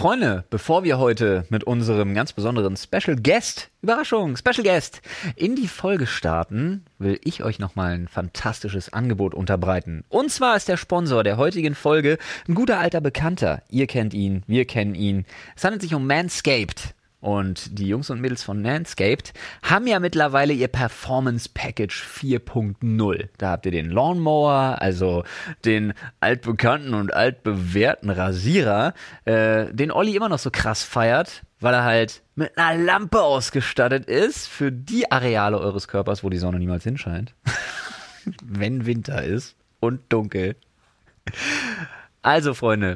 Freunde, bevor wir heute mit unserem ganz besonderen Special Guest, Überraschung, Special Guest, in die Folge starten, will ich euch nochmal ein fantastisches Angebot unterbreiten. Und zwar ist der Sponsor der heutigen Folge ein guter alter Bekannter. Ihr kennt ihn, wir kennen ihn. Es handelt sich um Manscaped. Und die Jungs und Mädels von Manscaped haben ja mittlerweile ihr Performance Package 4.0. Da habt ihr den Lawnmower, also den altbekannten und altbewährten Rasierer, den Olli immer noch so krass feiert, weil er halt mit einer Lampe ausgestattet ist für die Areale eures Körpers, wo die Sonne niemals hinscheint. Wenn Winter ist und dunkel. Also Freunde,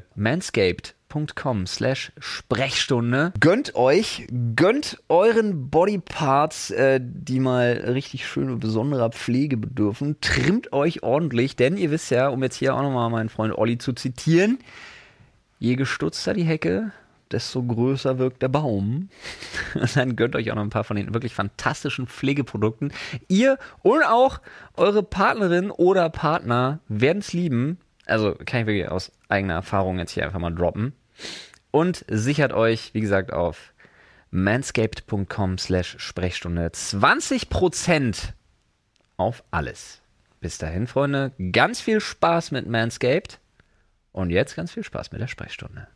manscaped.com/Sprechstunde. Gönnt euren Bodyparts, die mal richtig schöne, besonderer Pflege bedürfen. Trimmt euch ordentlich, denn ihr wisst ja, um jetzt hier auch nochmal meinen Freund Olli zu zitieren, je gestutzter die Hecke, desto größer wirkt der Baum. Dann gönnt euch auch noch ein paar von den wirklich fantastischen Pflegeprodukten. Ihr und auch eure Partnerin oder Partner werden es lieben. Also kann ich wirklich aus eigener Erfahrung jetzt hier einfach mal droppen. Und sichert euch, wie gesagt, auf manscaped.com/Sprechstunde 20% auf alles. Bis dahin, Freunde, ganz viel Spaß mit Manscaped. Und jetzt ganz viel Spaß mit der Sprechstunde.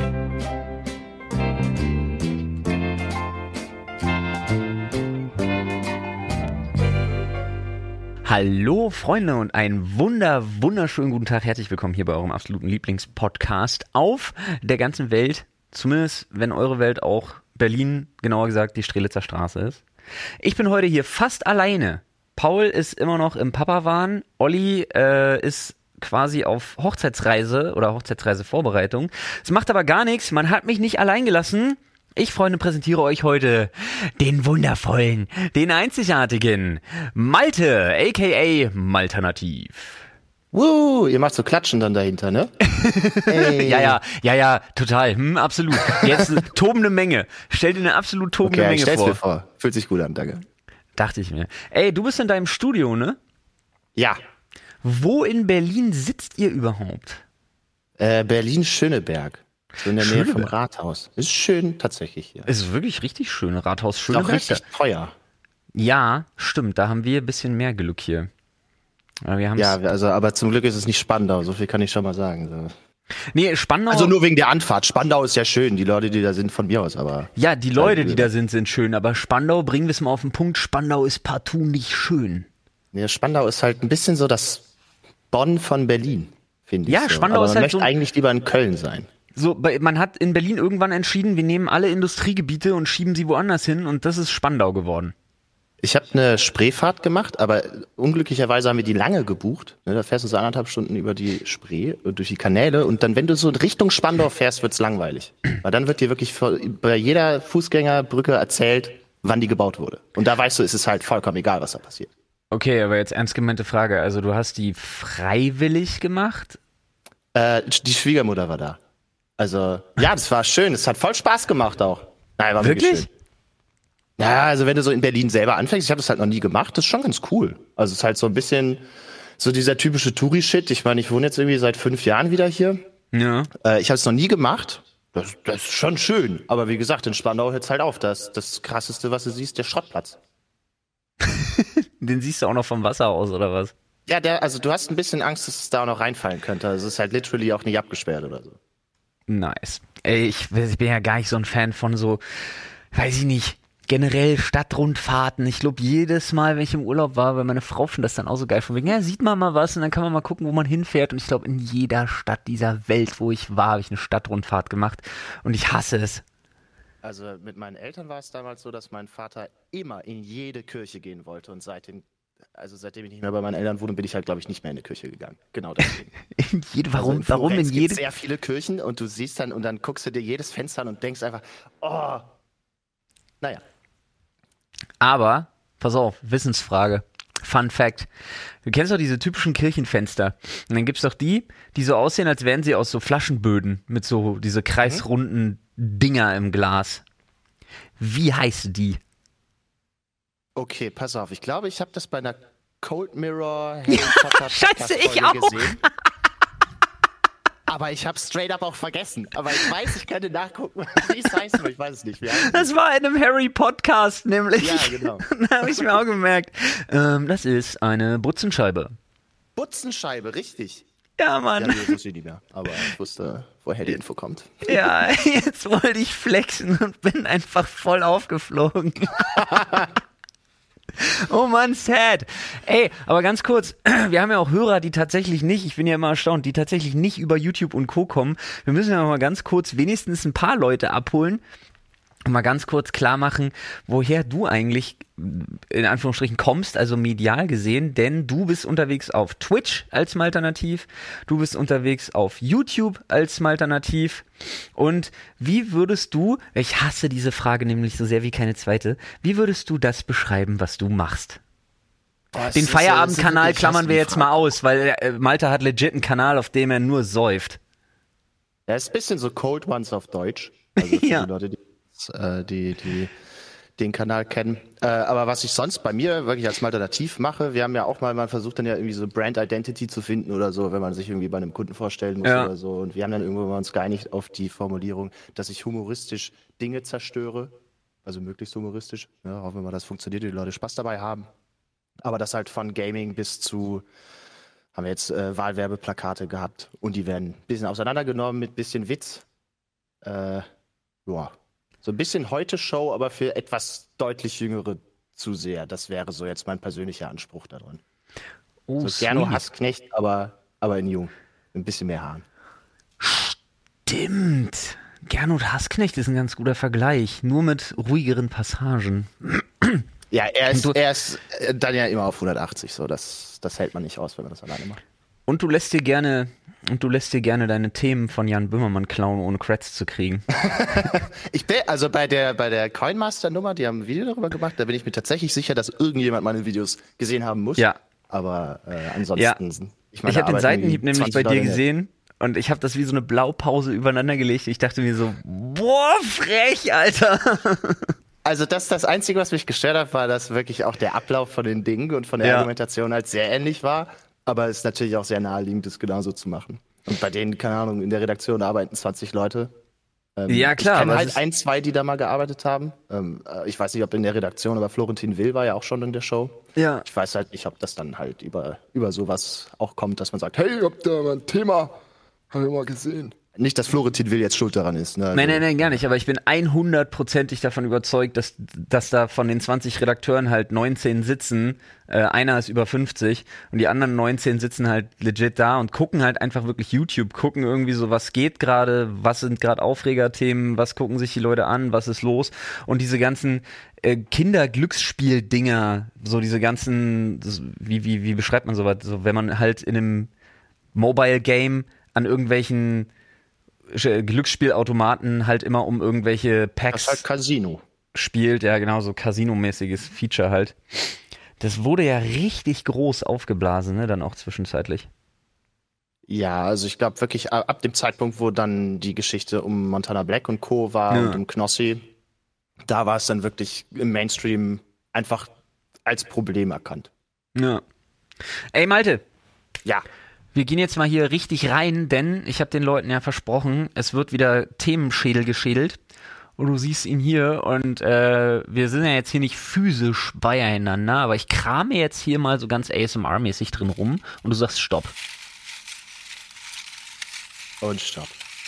Hallo Freunde und einen wunderschönen guten Tag. Herzlich willkommen hier bei eurem absoluten Lieblingspodcast auf der ganzen Welt. Zumindest, wenn eure Welt auch Berlin, genauer gesagt, die Strelitzer Straße ist. Ich bin heute hier fast alleine. Paul ist immer noch im Papa-Wahn. Olli ist quasi auf Hochzeitsreise oder Hochzeitsreisevorbereitung. Es macht aber gar nichts. Man hat mich nicht allein gelassen. Ich, Freunde, präsentiere euch heute den wundervollen, den einzigartigen Malte, a.k.a. Malternativ. Ihr macht so Klatschen dann dahinter, ne? Hey. Ja, total, absolut. Jetzt eine tobende Menge. Stell dir eine absolut tobende Menge vor. Stell's mir vor. Fühlt sich gut an, danke. Dachte ich mir. Ey, du bist in deinem Studio, ne? Ja. Wo in Berlin sitzt ihr überhaupt? Berlin-Schöneberg. So in der Nähe vom Rathaus. Ist schön tatsächlich hier. Ist wirklich richtig schön, Rathaus Schöneberg. Ist auch richtig teuer. Ja, stimmt, da haben wir ein bisschen mehr Glück hier. Aber zum Glück ist es nicht Spandau, so viel kann ich schon mal sagen. So. Nee, Spandau. Also nur wegen der Anfahrt. Spandau ist ja schön, die Leute, die da sind, von mir aus, aber. Ja, die Leute, die da sind schön, aber Spandau, bringen wir es mal auf den Punkt, Spandau ist partout nicht schön. Nee, Spandau ist halt ein bisschen so das Bonn von Berlin, finde ich. Ja, so. Spandau aber ist man halt möchte eigentlich lieber in Köln sein. So, man hat in Berlin irgendwann entschieden, wir nehmen alle Industriegebiete und schieben sie woanders hin und das ist Spandau geworden. Ich habe eine Spreefahrt gemacht, aber unglücklicherweise haben wir die lange gebucht. Da fährst du so 1,5 Stunden über die Spree, durch die Kanäle und dann, wenn du so in Richtung Spandau fährst, wird's langweilig. Weil dann wird dir wirklich bei jeder Fußgängerbrücke erzählt, wann die gebaut wurde. Und da weißt du, ist es halt vollkommen egal, was da passiert. Okay, aber jetzt ernst gemeinte Frage. Also du hast die freiwillig gemacht? Die Schwiegermutter war da. Also, ja, das war schön. Es hat voll Spaß gemacht auch. Nein, war wirklich schön. Ja, also wenn du so in Berlin selber anfängst, ich habe das halt noch nie gemacht, das ist schon ganz cool. Also es ist halt so ein bisschen so dieser typische Touri-Shit. Ich meine, ich wohne jetzt irgendwie seit 5 Jahren wieder hier. Ja. Ich habe es noch nie gemacht. Das ist schon schön. Aber wie gesagt, in Spandau hört's halt auf. Das Krasseste, was du siehst, der Schrottplatz. Den siehst du auch noch vom Wasser aus, oder was? Ja, also du hast ein bisschen Angst, dass es da auch noch reinfallen könnte. Also es ist halt literally auch nicht abgesperrt oder so. Nice. Ey, ich bin ja gar nicht so ein Fan von so, weiß ich nicht, generell Stadtrundfahrten. Ich glaube, jedes Mal, wenn ich im Urlaub war, weil meine Frau findet das dann auch so geil, von wegen, ja, sieht man mal was und dann kann man mal gucken, wo man hinfährt. Und ich glaube, in jeder Stadt dieser Welt, wo ich war, habe ich eine Stadtrundfahrt gemacht und ich hasse es. Also mit meinen Eltern war es damals so, dass mein Vater immer in jede Kirche gehen wollte und seitdem ich nicht mehr bei meinen Eltern wohne, bin ich halt, glaube ich, nicht mehr in eine Kirche gegangen. Genau deswegen. Warum in jede? Es gibt sehr viele Kirchen und du siehst dann und dann guckst du dir jedes Fenster an und denkst einfach, oh, naja. Aber, pass auf, Wissensfrage. Fun Fact. Du kennst doch diese typischen Kirchenfenster. Und dann gibt's doch die so aussehen, als wären sie aus so Flaschenböden mit so diese kreisrunden Dinger im Glas. Wie heißt die? Okay, pass auf. Ich glaube, ich habe das bei einer Cold Mirror Harry Potter Scheiße, ich auch. gesehen. Aber ich habe straight up auch vergessen. Aber ich weiß, ich könnte nachgucken, wie es heißt, aber ich weiß es nicht. Das war in einem Harry-Podcast nämlich. Ja, genau. Da habe ich mir auch gemerkt. Das ist eine Butzenscheibe. Butzenscheibe, richtig. Ja, Mann. Ja, nee, wusste ich nicht mehr. Aber ich wusste, woher die Info kommt. Ja, jetzt wollte ich flexen und bin einfach voll aufgeflogen. Oh Mann, sad. Ey, aber ganz kurz, wir haben ja auch Hörer, die tatsächlich nicht, ich bin ja immer erstaunt, die tatsächlich nicht über YouTube und Co. kommen. Wir müssen ja mal ganz kurz wenigstens ein paar Leute abholen und mal ganz kurz klar machen, woher du eigentlich in Anführungsstrichen kommst, also medial gesehen, denn du bist unterwegs auf Twitch als Malternativ, du bist unterwegs auf YouTube als Malternativ und wie würdest du, ich hasse diese Frage nämlich so sehr wie keine zweite, wie würdest du das beschreiben, was du machst? Boah, Den Feierabendkanal klammern wir jetzt mal aus, weil Malta hat legit einen Kanal, auf dem er nur säuft. Ja, ist ein bisschen so Cold Ones auf Deutsch. Also für Ja. die Leute, die den Kanal kennen. Aber was ich sonst bei mir wirklich als Alternativ mache, wir haben ja auch mal, man versucht dann ja irgendwie so Brand Identity zu finden oder so, wenn man sich irgendwie bei einem Kunden vorstellen muss oder so. Und wir haben dann irgendwann mal uns geeinigt auf die Formulierung, dass ich humoristisch Dinge zerstöre. Also möglichst humoristisch. Ja, hoffen wir mal, das funktioniert und die Leute Spaß dabei haben. Aber das halt von Gaming bis zu, haben wir jetzt Wahlwerbeplakate gehabt und die werden ein bisschen auseinandergenommen mit ein bisschen Witz. Ja, so ein bisschen Heute-Show, aber für etwas deutlich jüngere Zuseher. Das wäre so jetzt mein persönlicher Anspruch daran. Oh, So Gernot Hassknecht, aber in jung. Ein bisschen mehr Haaren. Stimmt. Gernot Hassknecht ist ein ganz guter Vergleich, nur mit ruhigeren Passagen. Ja, er ist dann ja immer auf 180, so. Das hält man nicht aus, wenn man das alleine macht. Und du lässt dir gerne deine Themen von Jan Böhmermann klauen, ohne Creds zu kriegen. Ich bin, also bei der Coinmaster-Nummer, die haben ein Video darüber gemacht, da bin ich mir tatsächlich sicher, dass irgendjemand meine Videos gesehen haben muss. Ja. Aber ansonsten. Ja. Ich meine, Ich habe den Seitenhieb nämlich 20 bei dir Leute gesehen und ich habe das wie so eine Blaupause übereinander gelegt. Ich dachte mir so, boah, frech, Alter. Also das Einzige, was mich gestört hat, war, dass wirklich auch der Ablauf von den Dingen und von der Argumentation halt sehr ähnlich war. Aber es ist natürlich auch sehr naheliegend, das genauso zu machen. Und bei denen, keine Ahnung, in der Redaktion arbeiten 20 Leute. Ja, klar. Ich kenne halt ein, zwei, die da mal gearbeitet haben. Ich weiß nicht, ob in der Redaktion, aber Florentin Will war ja auch schon in der Show. Ja. Ich weiß halt nicht, ob das dann halt über sowas auch kommt, dass man sagt, hey, habt ihr mal ein Thema? Hab ich mal gesehen. Nicht, dass Florentin Will jetzt schuld daran ist. Ne? Also, Nein, gar nicht. Aber ich bin 100%ig davon überzeugt, dass da von den 20 Redakteuren halt 19 sitzen. Einer ist über 50 und die anderen 19 sitzen halt legit da und gucken halt einfach wirklich YouTube, gucken irgendwie so, was geht gerade, was sind gerade Aufregerthemen, was gucken sich die Leute an, was ist los und diese ganzen Kinder-Glücksspiel-Dinger, so diese ganzen, wie beschreibt man sowas, so wenn man halt in einem Mobile-Game an irgendwelchen Glücksspielautomaten halt immer um irgendwelche Packs das ist halt Casino. spielt, ja genau, so Casino-mäßiges Feature halt. Das wurde ja richtig groß aufgeblasen, ne, dann auch zwischenzeitlich. Ja, also ich glaube wirklich ab dem Zeitpunkt, wo dann die Geschichte um Montana Black und Co. war und um Knossi, da war es dann wirklich im Mainstream einfach als Problem erkannt. Ja. Ey Malte, Ja. wir gehen jetzt mal hier richtig rein, denn ich habe den Leuten ja versprochen, es wird wieder Themenschädel geschädelt. Und du siehst ihn hier und wir sind ja jetzt hier nicht physisch beieinander, aber ich krame jetzt hier mal so ganz ASMR-mäßig drin rum und du sagst Stopp. Und stopp.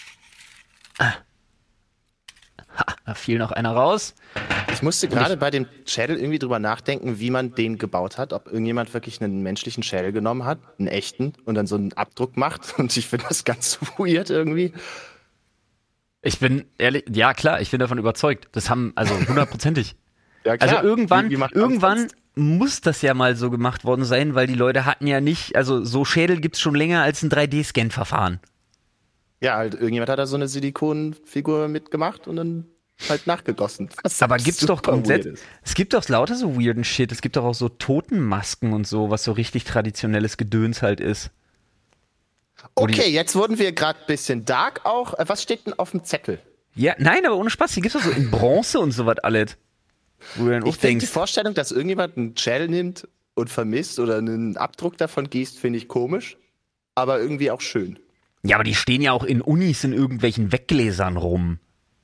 Da fiel noch einer raus. Ich musste gerade bei dem Schädel irgendwie drüber nachdenken, wie man den gebaut hat. Ob irgendjemand wirklich einen menschlichen Schädel genommen hat, einen echten, und dann so einen Abdruck macht. Und ich finde das ganz weird irgendwie. Ich bin ehrlich, ja klar, ich bin davon überzeugt. Das haben, also 100%ig. Ja, klar. Also irgendwann Wie macht man sonst? muss das ja mal so gemacht worden sein, weil die Leute hatten ja nicht, also so Schädel gibt's schon länger als ein 3D-Scan-Verfahren. Ja, halt irgendjemand hat da so eine Silikonfigur mitgemacht und dann halt nachgegossen. Was Aber halt gibt's doch super grundsätzlich, weird ist. es gibt doch lauter so weirden Shit, es gibt doch auch so Totenmasken und so, was so richtig traditionelles Gedöns halt ist. Okay, jetzt wurden wir gerade ein bisschen dark auch. Was steht denn auf dem Zettel? Ja, nein, aber ohne Spaß, die gibt's doch so in Bronze und sowas alles. Wo du dann auch Ich finde die denkst, Vorstellung, dass irgendjemand einen Schädel nimmt und vermisst oder einen Abdruck davon gießt, finde ich komisch, aber irgendwie auch schön. Ja, aber die stehen ja auch in Unis in irgendwelchen Weggläsern rum.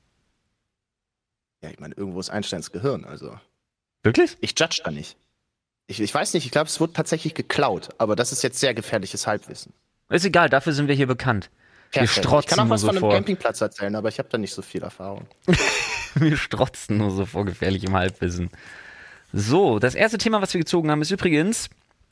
Ja, ich meine, irgendwo ist Einsteins Gehirn, also. Wirklich? Ich judge da nicht. Ich weiß nicht, ich glaube, es wurde tatsächlich geklaut, aber das ist jetzt sehr gefährliches Halbwissen. Ist egal, dafür sind wir hier bekannt. Wir Perfekt. Ich strotzen kann auch nur was so von einem vor. Campingplatz erzählen, aber ich habe da nicht so viel Erfahrung. Wir strotzen nur so vor gefährlichem Halbwissen. So, das erste Thema, was wir gezogen haben, ist übrigens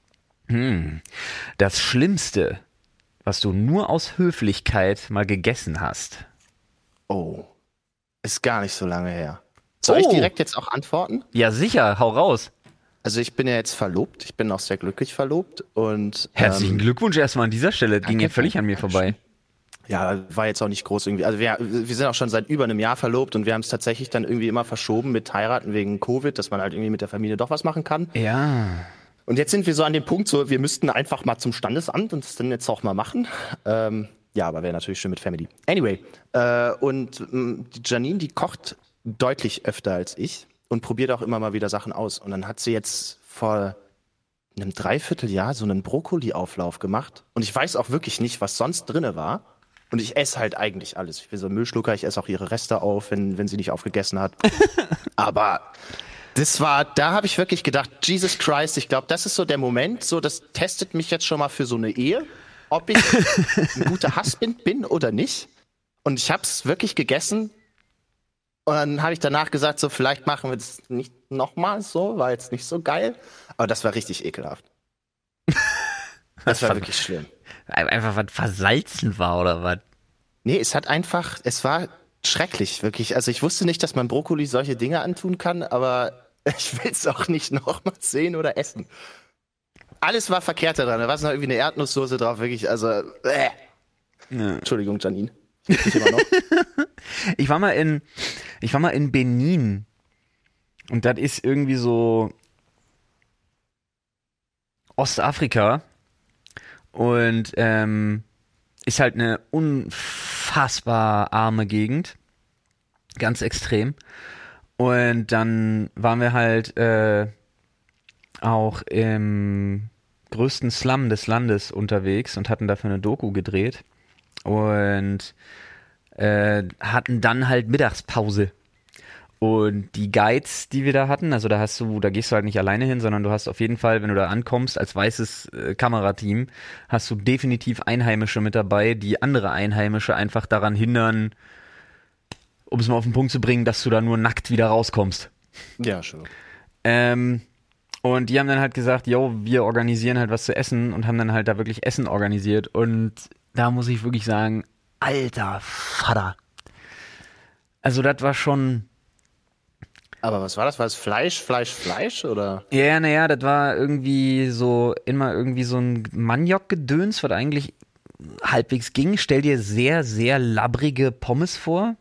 das Schlimmste, was du nur aus Höflichkeit mal gegessen hast. Oh, ist gar nicht so lange her. Soll ich direkt jetzt auch antworten? Ja, sicher, hau raus. Also ich bin ja jetzt verlobt, ich bin auch sehr glücklich verlobt und Herzlichen Glückwunsch erstmal an dieser Stelle, ging ja danke, völlig an mir vorbei. ja, war jetzt auch nicht groß irgendwie. Also wir sind auch schon seit über einem Jahr verlobt und wir haben es tatsächlich dann irgendwie immer verschoben mit heiraten wegen Covid, dass man halt irgendwie mit der Familie doch was machen kann. Ja. Und jetzt sind wir so an dem Punkt, so wir müssten einfach mal zum Standesamt und das dann jetzt auch mal machen. Ja, aber wäre natürlich schön mit Family. Anyway, die Janine, die kocht deutlich öfter als ich und probiert auch immer mal wieder Sachen aus. Und dann hat sie jetzt vor einem Dreivierteljahr so einen Brokkoli-Auflauf gemacht. Und ich weiß auch wirklich nicht, was sonst drinne war. Und ich esse halt eigentlich alles. Ich bin so ein Müllschlucker, ich esse auch ihre Reste auf, wenn sie nicht aufgegessen hat. Aber da habe ich wirklich gedacht, Jesus Christ, ich glaube, das ist so der Moment, so das testet mich jetzt schon mal für so eine Ehe, ob ich ein guter Husband bin oder nicht. Und ich habe es wirklich gegessen. Und dann habe ich danach gesagt, so vielleicht machen wir das nicht nochmal so, war jetzt nicht so geil. Aber das war richtig ekelhaft. Das war wirklich schlimm. Einfach was versalzen war oder was? Nee, es war schrecklich, wirklich. Also ich wusste nicht, dass man Brokkoli solche Dinge antun kann, aber ich will es auch nicht nochmal sehen oder essen. Alles war verkehrt daran. Da war noch irgendwie eine Erdnusssoße drauf, wirklich, also Ja. Entschuldigung, Janine. Ich immer noch. Ich war mal in Benin und das ist irgendwie so Ostafrika und ist halt eine unfassbar arme Gegend, ganz extrem. Und dann waren wir halt auch im größten Slum des Landes unterwegs und hatten dafür eine Doku gedreht und hatten dann halt Mittagspause. Und die Guides, die wir da hatten, also da gehst du halt nicht alleine hin, sondern du hast auf jeden Fall, wenn du da ankommst, als weißes Kamerateam, hast du definitiv Einheimische mit dabei, die andere Einheimische einfach daran hindern, um es mal auf den Punkt zu bringen, dass du da nur nackt wieder rauskommst. Ja, schon. Und die haben dann halt gesagt, yo, wir organisieren halt was zu essen und haben dann halt da wirklich Essen organisiert. Und da muss ich wirklich sagen, alter Vater. Also das war schon... Aber was war das? War es Fleisch oder? Ja, naja, das war irgendwie so, immer irgendwie so ein Maniok-Gedöns, was eigentlich halbwegs ging. Stell dir sehr, sehr labbrige Pommes vor.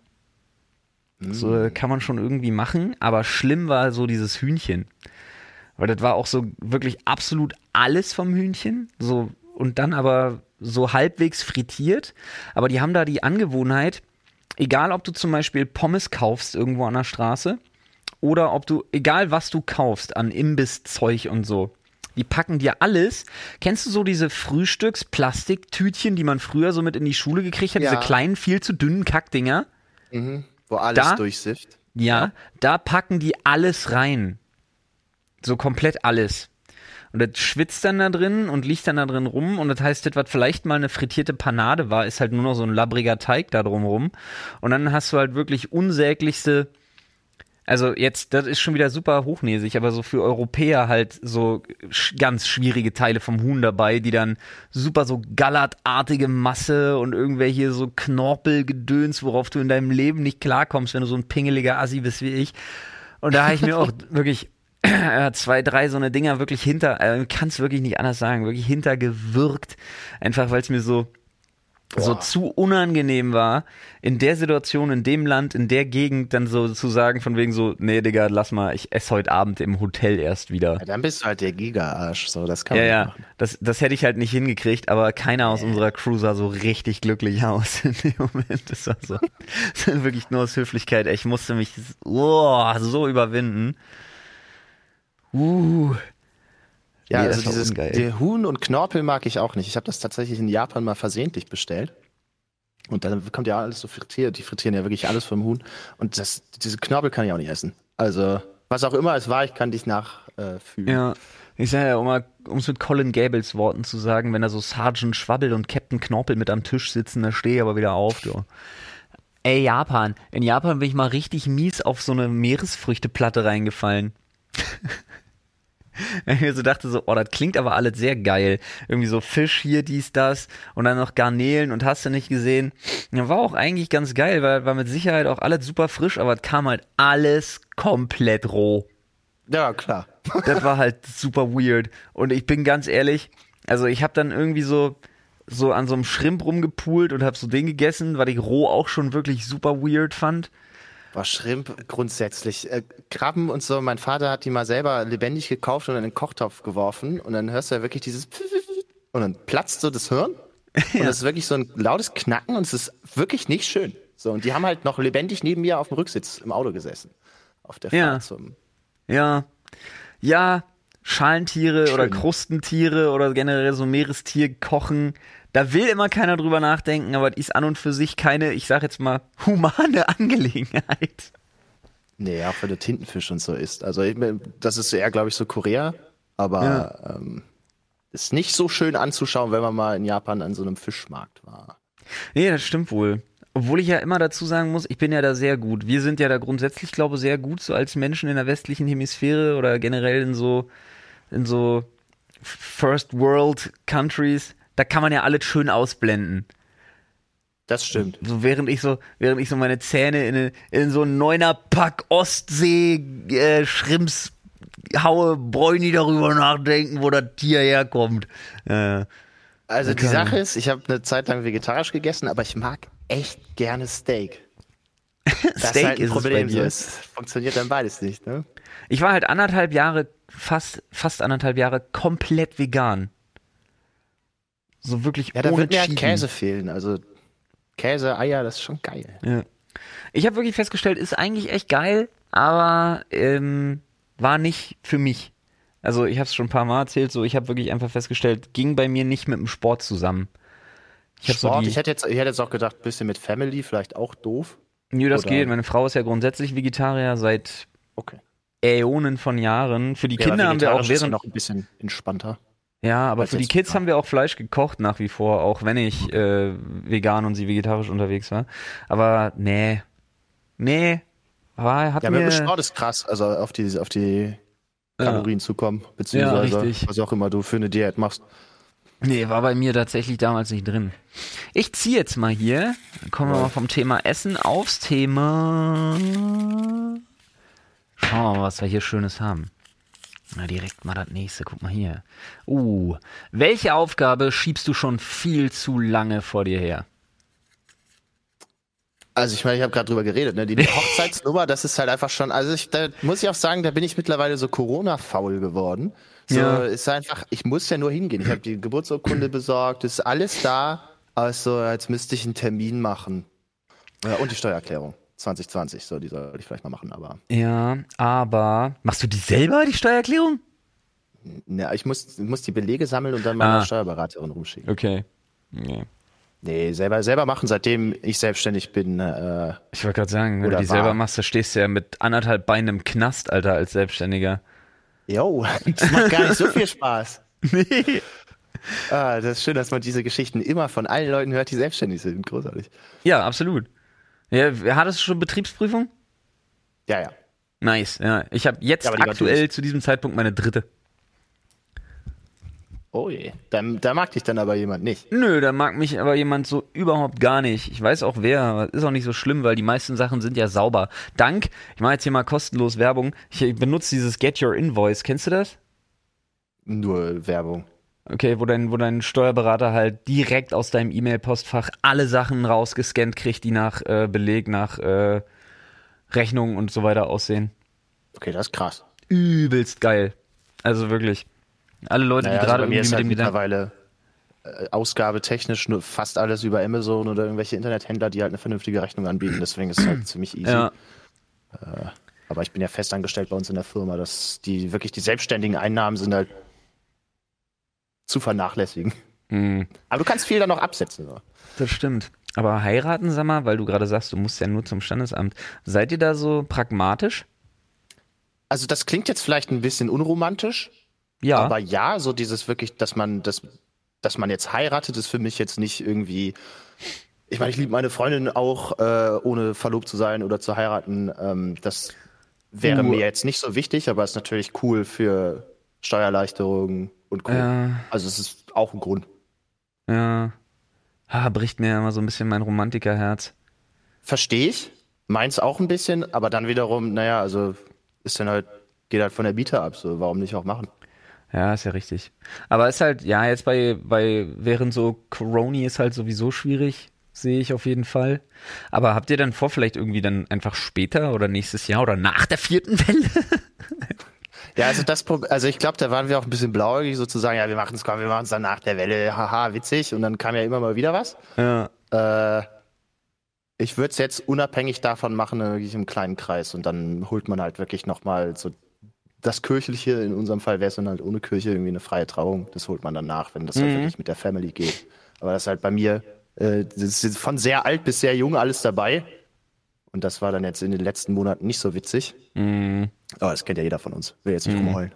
So kann man schon irgendwie machen, aber schlimm war so dieses Hühnchen. Weil das war auch so wirklich absolut alles vom Hühnchen. So, und dann aber so halbwegs frittiert. Aber die haben da die Angewohnheit, egal ob du zum Beispiel Pommes kaufst irgendwo an der Straße, oder ob du, egal was du kaufst an Imbisszeug und so, die packen dir alles. Kennst du so diese Frühstücks-Plastiktütchen, die man früher so mit in die Schule gekriegt hat? Ja. Diese kleinen, viel zu dünnen Kackdinger? Wo alles Da? durchsifft. Ja, da packen die alles rein. So komplett alles. Und das schwitzt dann da drin und liegt dann da drin rum. Und das heißt, das, was vielleicht mal eine frittierte Panade war, ist halt nur noch so ein labbriger Teig da drumrum. Und dann hast du halt wirklich unsäglichste... Also jetzt, das ist schon wieder super hochnäsig, aber so für Europäer halt so ganz schwierige Teile vom Huhn dabei, die dann super so gallertartige Masse und irgendwelche so Knorpelgedöns, worauf du in deinem Leben nicht klarkommst, wenn du so ein pingeliger Assi bist wie ich. Und da habe ich mir auch wirklich 2, 3 so eine Dinger wirklich kann es wirklich nicht anders sagen, wirklich hintergewürgt. Einfach weil es mir so zu unangenehm war, in der Situation, in dem Land, in der Gegend dann so zu sagen, von wegen so, nee, Digga, lass mal, ich esse heute Abend im Hotel erst wieder. Ja, dann bist du halt der Giga-Arsch, so, das kann man Ja, machen. das hätte ich halt nicht hingekriegt, aber keiner aus unserer Crew sah so richtig glücklich aus in dem Moment. Das war so, wirklich nur aus Höflichkeit, ich musste mich so überwinden. Ja, Nee, also das war ungeil. der Huhn und Knorpel mag ich auch nicht. Ich habe das tatsächlich in Japan mal versehentlich bestellt. Und dann kommt ja alles so frittiert. Die frittieren ja wirklich alles vom Huhn. Und diese Knorpel kann ich auch nicht essen. Also, was auch immer es war, ich kann dich nachfühlen. Ja, ich sage ja, um es mit Colin Gables Worten zu sagen, wenn da so Sergeant Schwabbel und Captain Knorpel mit am Tisch sitzen, da stehe ich aber wieder auf, du. Ey, Japan. In Japan bin ich mal richtig mies auf so eine Meeresfrüchteplatte reingefallen. Ich mir so dachte so, oh, das klingt aber alles sehr geil. Irgendwie so Fisch hier, dies, das und dann noch Garnelen und hast du nicht gesehen. Ja, war auch eigentlich ganz geil, weil war mit Sicherheit auch alles super frisch, aber es kam halt alles komplett roh. Ja, klar. Das war halt super weird. Und ich bin ganz ehrlich, also ich habe dann irgendwie so an so einem Shrimp rumgepult und habe so den gegessen, weil ich roh auch schon wirklich super weird fand. War Shrimp grundsätzlich. Krabben und so, mein Vater hat die mal selber lebendig gekauft und in den Kochtopf geworfen und dann hörst du ja wirklich dieses und dann platzt so das Hirn und es ist wirklich so ein lautes Knacken und es ist wirklich nicht schön. So, und die haben halt noch lebendig neben mir auf dem Rücksitz im Auto gesessen. Auf der Fahrt zum... Ja. Ja, Schalentiere oder Krustentiere oder generell so Meerestier kochen. Da will immer keiner drüber nachdenken, aber das ist an und für sich keine, ich sag jetzt mal, humane Angelegenheit. Nee, auch wenn du Tintenfisch und so isst. Also das ist eher, glaube ich, so Korea, aber ist nicht so schön anzuschauen, wenn man mal in Japan an so einem Fischmarkt war. Nee, das stimmt wohl. Obwohl ich ja immer dazu sagen muss, ich bin ja da sehr gut. Wir sind ja da grundsätzlich, glaube ich, sehr gut, so als Menschen in der westlichen Hemisphäre oder generell in so First World Countries. Da kann man ja alles schön ausblenden. Das stimmt. So während ich so meine Zähne in so einen 9er-Pack Ostsee Shrimps haue, brauche ich nie darüber nachdenken, wo das Tier herkommt. Also die Sache ist, ich habe eine Zeit lang vegetarisch gegessen, aber ich mag echt gerne Steak. Das Steak ist halt ein ist Problem. es bei dir. Es funktioniert dann beides nicht, ne? Ich war halt fast 1,5 Jahre komplett vegan. So wirklich Ja, da ohne wird mir halt Cheaten. Käse fehlen. Also Käse, Eier, das ist schon geil. Ja. Ich habe wirklich festgestellt, ist eigentlich echt geil, aber war nicht für mich. Also ich habe es schon ein paar Mal erzählt, so ich habe wirklich einfach festgestellt, ging bei mir nicht mit dem Sport zusammen. Sport, ich hätte jetzt auch gedacht, bisschen mit Family, vielleicht auch doof. Nö, das Oder- geht. Meine Frau ist ja grundsätzlich Vegetarier seit Okay. Äonen von Jahren. Für die Ja, Kinder aber haben wir auch vegetarisch ist ja während... noch ein bisschen entspannter. Ja, aber als für die jetzt Kids vegan. haben wir auch Fleisch gekocht nach wie vor, auch wenn ich vegan und sie vegetarisch unterwegs war. Aber nee, hat Ja, mit dem mir... Sport ist krass, also auf die Kalorien zu kommen, beziehungsweise richtig. was auch immer du für eine Diät machst. Nee, war bei mir tatsächlich damals nicht drin. Ich ziehe jetzt mal hier, kommen wir mal vom Thema Essen aufs Thema... Schauen wir mal, was wir hier Schönes haben. Na, direkt mal das nächste, guck mal hier. Welche Aufgabe schiebst du schon viel zu lange vor dir her? Also ich meine, ich habe gerade drüber geredet, ne? Die Hochzeitsnummer, das ist halt einfach schon, also da muss ich auch sagen, da bin ich mittlerweile so Corona-faul geworden. So, Ja. ist einfach, ich muss ja nur hingehen. Ich habe die Geburtsurkunde besorgt, ist alles da, also als müsste ich einen Termin machen. Ja, und die Steuererklärung 2020, so, die soll ich vielleicht mal machen, aber Ja, aber... Machst du die selber, die Steuererklärung? ja, ich muss die Belege sammeln und dann meiner Steuerberaterin rumschicken. Okay. Nee. Nee, selber machen, seitdem ich selbstständig bin. Ich wollte gerade sagen, wenn du Oder die selber war. machst, da stehst du ja mit 1,5 Beinen im Knast, Alter, als Selbstständiger. Jo, das macht gar nicht so viel Spaß. Nee. Das ist schön, dass man diese Geschichten immer von allen Leuten hört, die selbstständig sind. Großartig. Ja, absolut. Ja, hattest du schon Betriebsprüfung? Ja. Nice, ja. Ich habe jetzt Ja, aber die war aktuell durch. zu diesem Zeitpunkt meine 3. Oh je. Da mag dich dann aber jemand nicht. Nö, da mag mich aber jemand so überhaupt gar nicht. Ich weiß auch wer, aber ist auch nicht so schlimm, weil die meisten Sachen sind ja sauber. Ich mache jetzt hier mal kostenlos Werbung. Ich benutze dieses Get Your Invoice. Kennst du das? Nur Werbung. Okay, wo dein Steuerberater halt direkt aus deinem E-Mail-Postfach alle Sachen rausgescannt kriegt, die nach Beleg, nach Rechnung und so weiter aussehen. Okay, das ist krass. Übelst geil. Also wirklich. Alle Leute, Naja, die gerade bei mir irgendwie ist mit halt dem Gedanken... mittlerweile ausgabetechnisch nur fast alles über Amazon oder irgendwelche Internethändler, die halt eine vernünftige Rechnung anbieten. Deswegen ist es halt ziemlich easy. Ja, Aber ich bin ja fest angestellt bei uns in der Firma, dass die selbstständigen Einnahmen sind halt zu vernachlässigen. Aber du kannst viel dann noch absetzen. So. das stimmt. Aber heiraten, sag mal, weil du gerade sagst, du musst ja nur zum Standesamt. Seid ihr da so pragmatisch? Also das klingt jetzt vielleicht ein bisschen unromantisch, Ja. aber ja, so dieses wirklich, dass man jetzt heiratet, ist für mich jetzt nicht irgendwie. Ich meine, ich liebe meine Freundin auch, ohne verlobt zu sein oder zu heiraten. Das wäre mir jetzt nicht so wichtig, aber ist natürlich cool für Steuererleichterungen und Co. Also es ist auch ein Grund. Ja. Bricht mir immer so ein bisschen mein Romantikerherz. Verstehe ich. Meins auch ein bisschen, aber dann wiederum, naja, also ist dann halt, geht halt von der Miete ab, so warum nicht auch machen? Ja, ist ja richtig. Aber ist halt, ja, jetzt während so Corona ist halt sowieso schwierig, sehe ich auf jeden Fall. Aber habt ihr dann vor, vielleicht irgendwie dann einfach später oder nächstes Jahr oder nach der 4. Welle? Ja, also ich glaube, da waren wir auch ein bisschen blauäugig sozusagen, ja, wir machen es dann nach der Welle, haha, witzig, und dann kam ja immer mal wieder was. Ja. Ich würde es jetzt unabhängig davon machen, wirklich im kleinen Kreis, und dann holt man halt wirklich nochmal so das Kirchliche, in unserem Fall wäre es dann halt ohne Kirche irgendwie eine freie Trauung, das holt man dann nach, wenn das halt wirklich mit der Family geht. Aber das ist halt bei mir, das ist von sehr alt bis sehr jung alles dabei. Und das war dann jetzt in den letzten Monaten nicht so witzig. Aber das kennt ja jeder von uns. Will jetzt nicht rumheulen.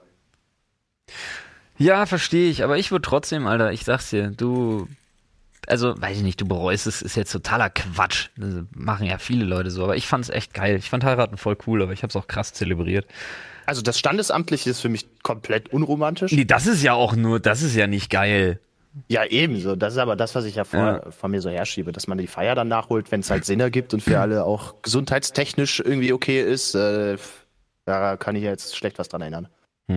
Ja, verstehe ich. Aber ich würde trotzdem, Alter, ich sag's dir, also, weiß ich nicht, du bereust es, ist jetzt totaler Quatsch. Das machen ja viele Leute so. Aber ich fand's echt geil. Ich fand heiraten voll cool, aber ich hab's auch krass zelebriert. Also das Standesamtliche ist für mich komplett unromantisch. Nee, das ist ja nicht geil. Ja, ebenso. Das ist aber das, was ich ja von mir so herschiebe, dass man die Feier dann nachholt, wenn es halt Sinn ergibt und für alle auch gesundheitstechnisch irgendwie okay ist. Da kann ich ja jetzt schlecht was dran erinnern.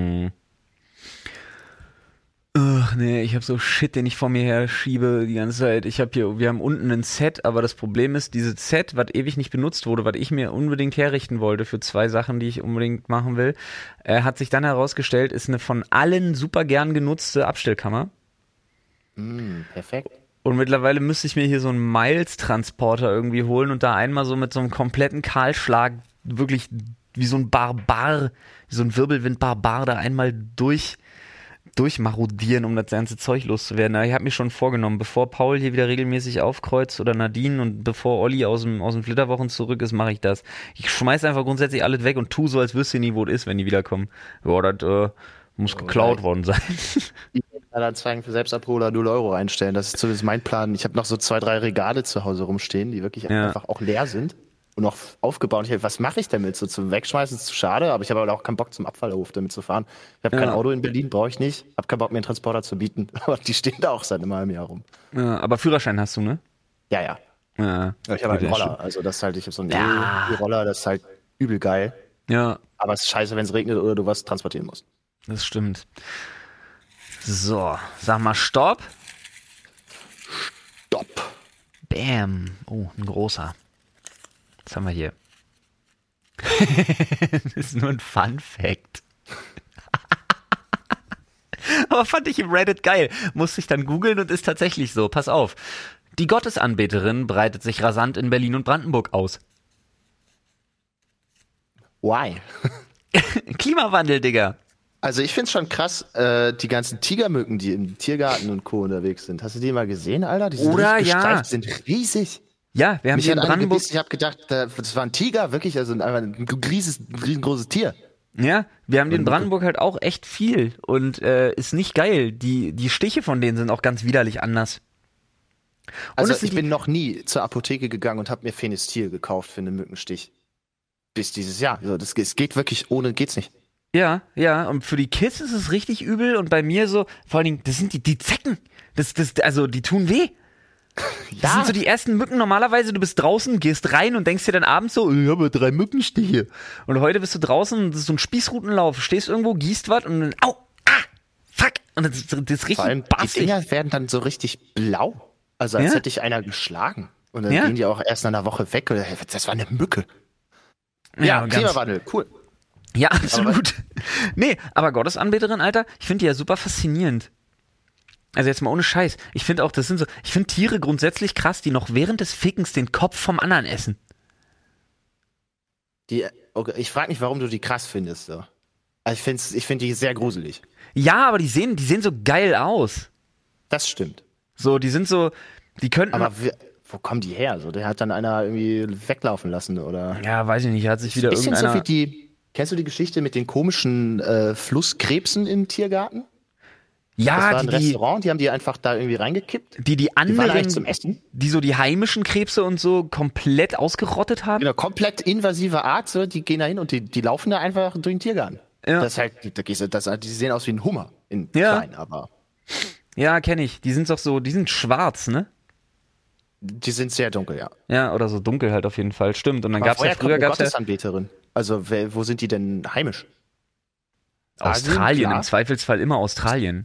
Ach nee, ich habe so Shit, den ich vor mir her schiebe die ganze Zeit. Wir haben unten ein Set, aber das Problem ist, dieses Set, was ewig nicht benutzt wurde, was ich mir unbedingt herrichten wollte für 2 Sachen, die ich unbedingt machen will, hat sich dann herausgestellt, ist eine von allen super gern genutzte Abstellkammer. Perfekt. Und mittlerweile müsste ich mir hier so einen Miles-Transporter irgendwie holen und da einmal so mit so einem kompletten Kahlschlag wirklich wie so ein Barbar, wie so ein Wirbelwind-Barbar da einmal durchmarodieren, um das ganze Zeug loszuwerden. Ich habe mir schon vorgenommen, bevor Paul hier wieder regelmäßig aufkreuzt oder Nadine und bevor Olli aus dem Flitterwochen zurück ist, mache ich das. Ich schmeiß einfach grundsätzlich alles weg und tu so, als wüsste ich nie, wo es ist, wenn die wiederkommen. Ja, das muss geklaut worden sein. Anzeigen für Selbstabholer 0 Euro einstellen. Das ist zumindest mein Plan. Ich habe noch so 2, 3 Regale zu Hause rumstehen, die wirklich einfach auch leer sind und noch aufgebaut. Was mache ich damit? So zum Wegschmeißen ist zu schade, aber ich habe auch keinen Bock, zum Abfallhof damit zu fahren. Ich habe kein Auto in Berlin, brauche ich nicht. Habe keinen Bock, mir einen Transporter zu bieten. Aber die stehen da auch seit einem halben Jahr rum. Ja, aber Führerschein hast du, ne? Ja. Ja. Ich habe halt einen Roller. Also das ist halt, ich habe so einen E-Roller, das ist halt übel geil. Ja. Aber es ist scheiße, wenn es regnet oder du was transportieren musst. Das stimmt. So, sag mal Stopp. Stopp. Bam. Oh, ein großer. Was haben wir hier? Das ist nur ein Fun-Fact. Aber fand ich im Reddit geil. Musste ich dann googeln und ist tatsächlich so. Pass auf. Die Gottesanbeterin breitet sich rasant in Berlin und Brandenburg aus. Why? Klimawandel, Digga. Also ich find's schon krass, die ganzen Tigermücken, die im Tiergarten und Co. unterwegs sind. Hast du die mal gesehen, Alter? Die sind gestreift, sind riesig. Ja, wir haben Mich hier in hat eine Brandenburg... gebissen, ich habe gedacht, das war ein Tiger, wirklich, also einfach ein riesengroßes Tier. Ja, wir haben die in Brandenburg halt auch echt viel und ist nicht geil. Die Stiche von denen sind auch ganz widerlich anders. Und Also ich bin noch nie zur Apotheke gegangen und habe mir Phenestil gekauft für einen Mückenstich. Bis dieses Jahr. Also es geht wirklich, ohne geht's nicht. Ja, und für die Kids ist es richtig übel und bei mir so, vor allen Dingen, das sind die Zecken. Also die tun weh. Das sind so die ersten Mücken. Normalerweise, du bist draußen, gehst rein und denkst dir dann abends so, ich habe 3 Mückenstiche. Und heute bist du draußen, das ist so ein Spießrutenlauf, stehst irgendwo, gießt was und dann, fuck. Und das ist richtig Vor allem, die Dinger werden dann so richtig blau. Also als hätte ich einer geschlagen. Und dann gehen die auch erst nach einer Woche weg. Oder, das war eine Mücke. Ja, Klimawandel, cool. Ja, absolut. Nee, aber Gottesanbeterin, Alter, ich finde die ja super faszinierend. Also jetzt mal ohne Scheiß. Ich finde auch, ich finde Tiere grundsätzlich krass, die noch während des Fickens den Kopf vom anderen essen. Okay, ich frage mich, warum du die krass findest. So. Also ich finde die sehr gruselig. Ja, aber die sehen so geil aus. Das stimmt. So, die sind so, die könnten... Aber wo kommen die her? So, der hat dann einer irgendwie weglaufen lassen, oder? Ja, weiß ich nicht, hat sich wieder Bisschen so irgendeiner... wie kennst du die Geschichte mit den komischen Flusskrebsen im Tiergarten? Das Ja, war ein Restaurant, die haben die einfach da irgendwie reingekippt. die Die waren eigentlich anderen, zum Essen. die so die heimischen Krebse und so komplett ausgerottet haben. Genau, komplett invasive Art, so, die gehen da hin und die laufen da einfach durch den Tiergarten. Ja. Das ist halt, die sehen aus wie ein Hummer in Ja. klein, aber Ja, kenne ich. Die sind doch so, die sind schwarz, ne? die sind sehr dunkel, ja. Ja, oder so dunkel halt auf jeden Fall. Stimmt. Und dann Aber gab's ja woher kommt früher eine gab's ja Gottesanbeterin? Also, wo sind die denn heimisch? Australien, klar. im Zweifelsfall immer Australien.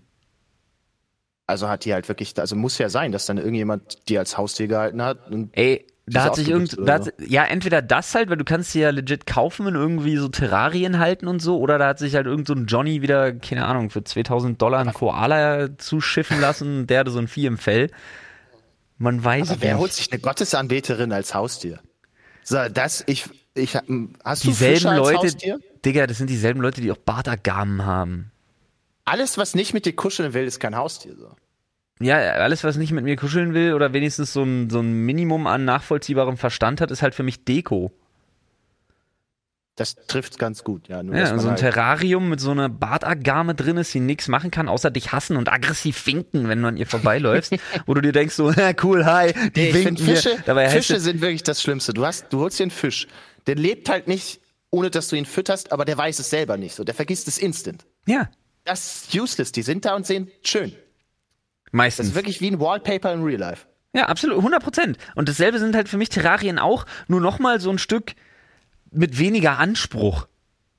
Also hat die halt wirklich, also muss ja sein, dass dann irgendjemand die als Haustier gehalten hat. Und Ey, die da so hat sich ausgebildet irgend, da oder hat, ja, entweder das halt, weil du kannst sie ja legit kaufen und irgendwie so Terrarien halten und so, oder da hat sich halt irgend so ein Johnny wieder, keine Ahnung, für $2.000 einen Koala zuschiffen lassen, der hatte so ein Vieh im Fell. Man weiß Aber es wer nicht. holt sich eine Gottesanbeterin als Haustier? So, hast du Dieselben Fische als Leute, Haustier? Digga, das sind dieselben Leute, die auch Bartagamen haben. Alles, was nicht mit dir kuscheln will, ist kein Haustier. So. Ja, alles, was nicht mit mir kuscheln will oder wenigstens so ein Minimum an nachvollziehbarem Verstand hat, ist halt für mich Deko. Das trifft ganz gut, ja. Nur, Ja, dass man so ein halt, Terrarium mit so einer Bartagame drin ist, die nichts machen kann, außer dich hassen und aggressiv winken, wenn du an ihr vorbeiläufst, wo du dir denkst so, ja, cool, hi, die Nee, ich winken finde Fische, mir. Dabei heißt Fische es, sind wirklich das Schlimmste. Du holst dir einen Fisch, der lebt halt nicht, ohne dass du ihn fütterst, aber der weiß es selber nicht. So, der vergisst es instant. ja, Das ist useless. Die sind da und sehen schön. Das meistens. ist wirklich wie ein Wallpaper in Real Life. Ja, absolut, 100%. Und dasselbe sind halt für mich Terrarien auch, nur nochmal so ein Stück mit weniger Anspruch.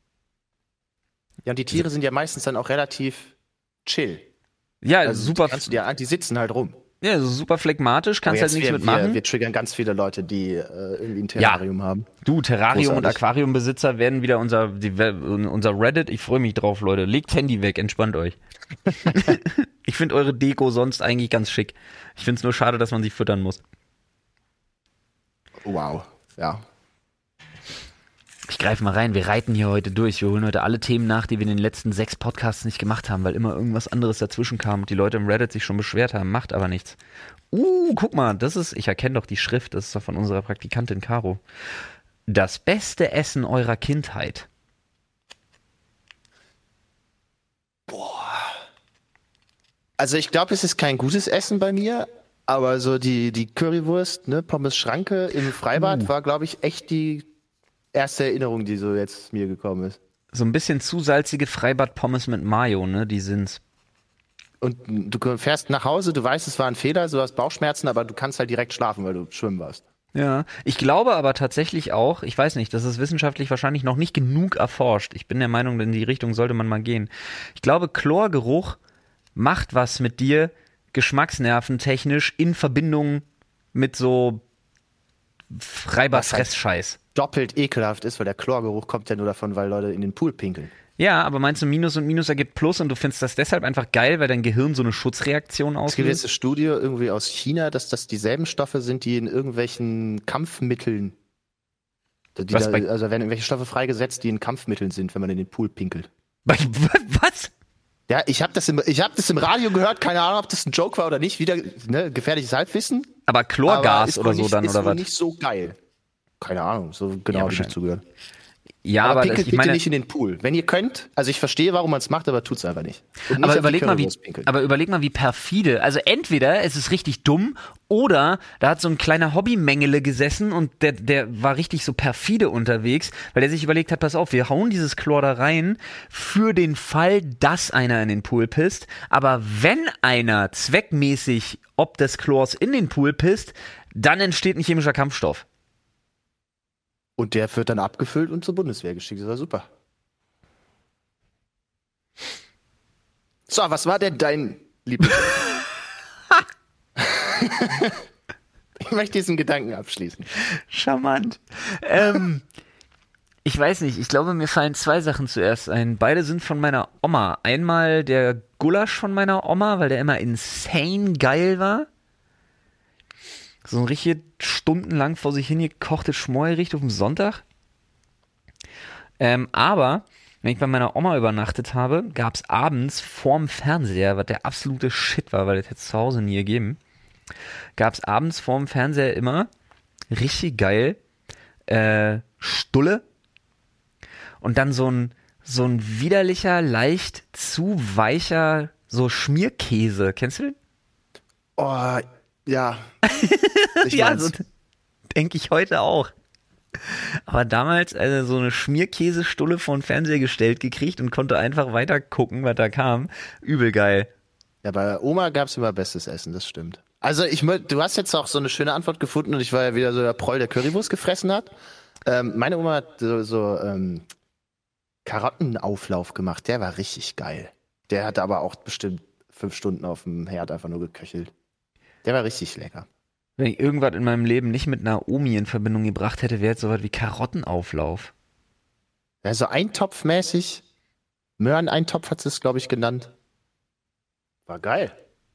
Ja, und die Tiere sind ja meistens dann auch relativ chill. Ja, Also super, die sitzen halt rum. ja, so super phlegmatisch, kannst Aber halt nichts wir, mitmachen. wir triggern ganz viele Leute, die irgendwie ein Terrarium haben. Du, Terrarium und Großartig. Aquariumbesitzer werden wieder unser Reddit. Ich freue mich drauf, Leute. Legt Handy weg, entspannt euch. Ich finde eure Deko sonst eigentlich ganz schick. Ich finde es nur schade, dass man sie füttern muss. Wow, ja. Ich greife mal rein, wir reiten hier heute durch. Wir holen heute alle Themen nach, die wir in den letzten 6 Podcasts nicht gemacht haben, weil immer irgendwas anderes dazwischen kam und die Leute im Reddit sich schon beschwert haben. Macht aber nichts. Guck mal, ich erkenne doch die Schrift, das ist doch von unserer Praktikantin Caro. Das beste Essen eurer Kindheit. Also ich glaube, es ist kein gutes Essen bei mir, aber so die Currywurst, ne, Pommes Schranke im Freibad war, glaube ich, echt die erste Erinnerung, die so jetzt mir gekommen ist. So ein bisschen zu salzige Freibad-Pommes mit Mayo, ne, die sind's. Und du fährst nach Hause, du weißt, es war ein Fehler, du hast Bauchschmerzen, aber du kannst halt direkt schlafen, weil du schwimmen warst. Ja, ich glaube aber tatsächlich auch, ich weiß nicht, das ist wissenschaftlich wahrscheinlich noch nicht genug erforscht. Ich bin der Meinung, in die Richtung sollte man mal gehen. Ich glaube, Chlorgeruch macht was mit dir, geschmacksnerventechnisch, in Verbindung mit so Freibad-Fressscheiß. Doppelt ekelhaft ist, weil der Chlorgeruch kommt ja nur davon, weil Leute in den Pool pinkeln. Ja, aber meinst du, Minus und Minus ergibt Plus und du findest das deshalb einfach geil, weil dein Gehirn so eine Schutzreaktion Es gibt jetzt auslöst? eine Studie irgendwie aus China, dass das dieselben Stoffe sind, die in irgendwelchen Kampfmitteln, Was bei- also werden irgendwelche Stoffe freigesetzt, die in Kampfmitteln sind, wenn man in den Pool pinkelt. Was? Ja, ich hab das im Radio gehört, keine Ahnung, ob das ein Joke war oder nicht, wieder ne, gefährliches Halbwissen. Aber Aber Chlorgas ist oder wohl so nicht, dann, ist oder wohl was? nicht so geil. Keine Ahnung, so genau habe ich nicht zugehört. Ja, Aber aber pinkelt ich bitte meine, nicht in den Pool. Wenn ihr könnt, also ich verstehe, warum man es macht, aber tut's einfach nicht. Und nicht aber auf die überleg Currywurst mal, wie perfide. Also entweder es ist richtig dumm oder da hat so ein kleiner Hobby-Mengele gesessen und der war richtig so perfide unterwegs, weil der sich überlegt hat, pass auf, wir hauen dieses Chlor da rein für den Fall, dass einer in den Pool pisst. Aber wenn einer zweckmäßig ob des Chlors in den Pool pisst, dann entsteht ein chemischer Kampfstoff. Und der wird dann abgefüllt und zur Bundeswehr geschickt. Das war super. So, was war denn dein Lieblings? Ich möchte diesen Gedanken abschließen. Charmant. Ich weiß nicht, ich glaube, mir fallen 2 Sachen zuerst ein. Beide sind von meiner Oma. Einmal der Gulasch von meiner Oma, weil der immer insane geil war. So ein richtig stundenlang vor sich hin gekochtes Schmorgericht auf dem Sonntag. Aber, wenn ich bei meiner Oma übernachtet habe, gab es abends vorm Fernseher, was der absolute Shit war, weil das jetzt zu Hause nie gegeben, gab es abends vorm Fernseher immer richtig geil Stulle und dann so ein widerlicher, leicht zu weicher so Schmierkäse. Kennst du den? Oh, ja. Ja, so denke ich heute auch. Aber damals also so eine Schmierkäsestulle vor den Fernseher gestellt gekriegt und konnte einfach weiter gucken, was da kam. Übel geil. Ja, bei Oma gab es immer bestes Essen, das stimmt. Also du hast jetzt auch so eine schöne Antwort gefunden und ich war ja wieder so der Proll, der Currywurst gefressen hat. Meine Oma hat so Karottenauflauf gemacht, der war richtig geil. Der hat aber auch bestimmt 5 Stunden auf dem Herd einfach nur geköchelt. Der war richtig lecker. Wenn ich irgendwas in meinem Leben nicht mit einer Omi in Verbindung gebracht hätte, wäre es sowas wie Karottenauflauf. Ja, so eintopfmäßig. Möhreneintopf hat sie es, glaube ich, genannt. War geil.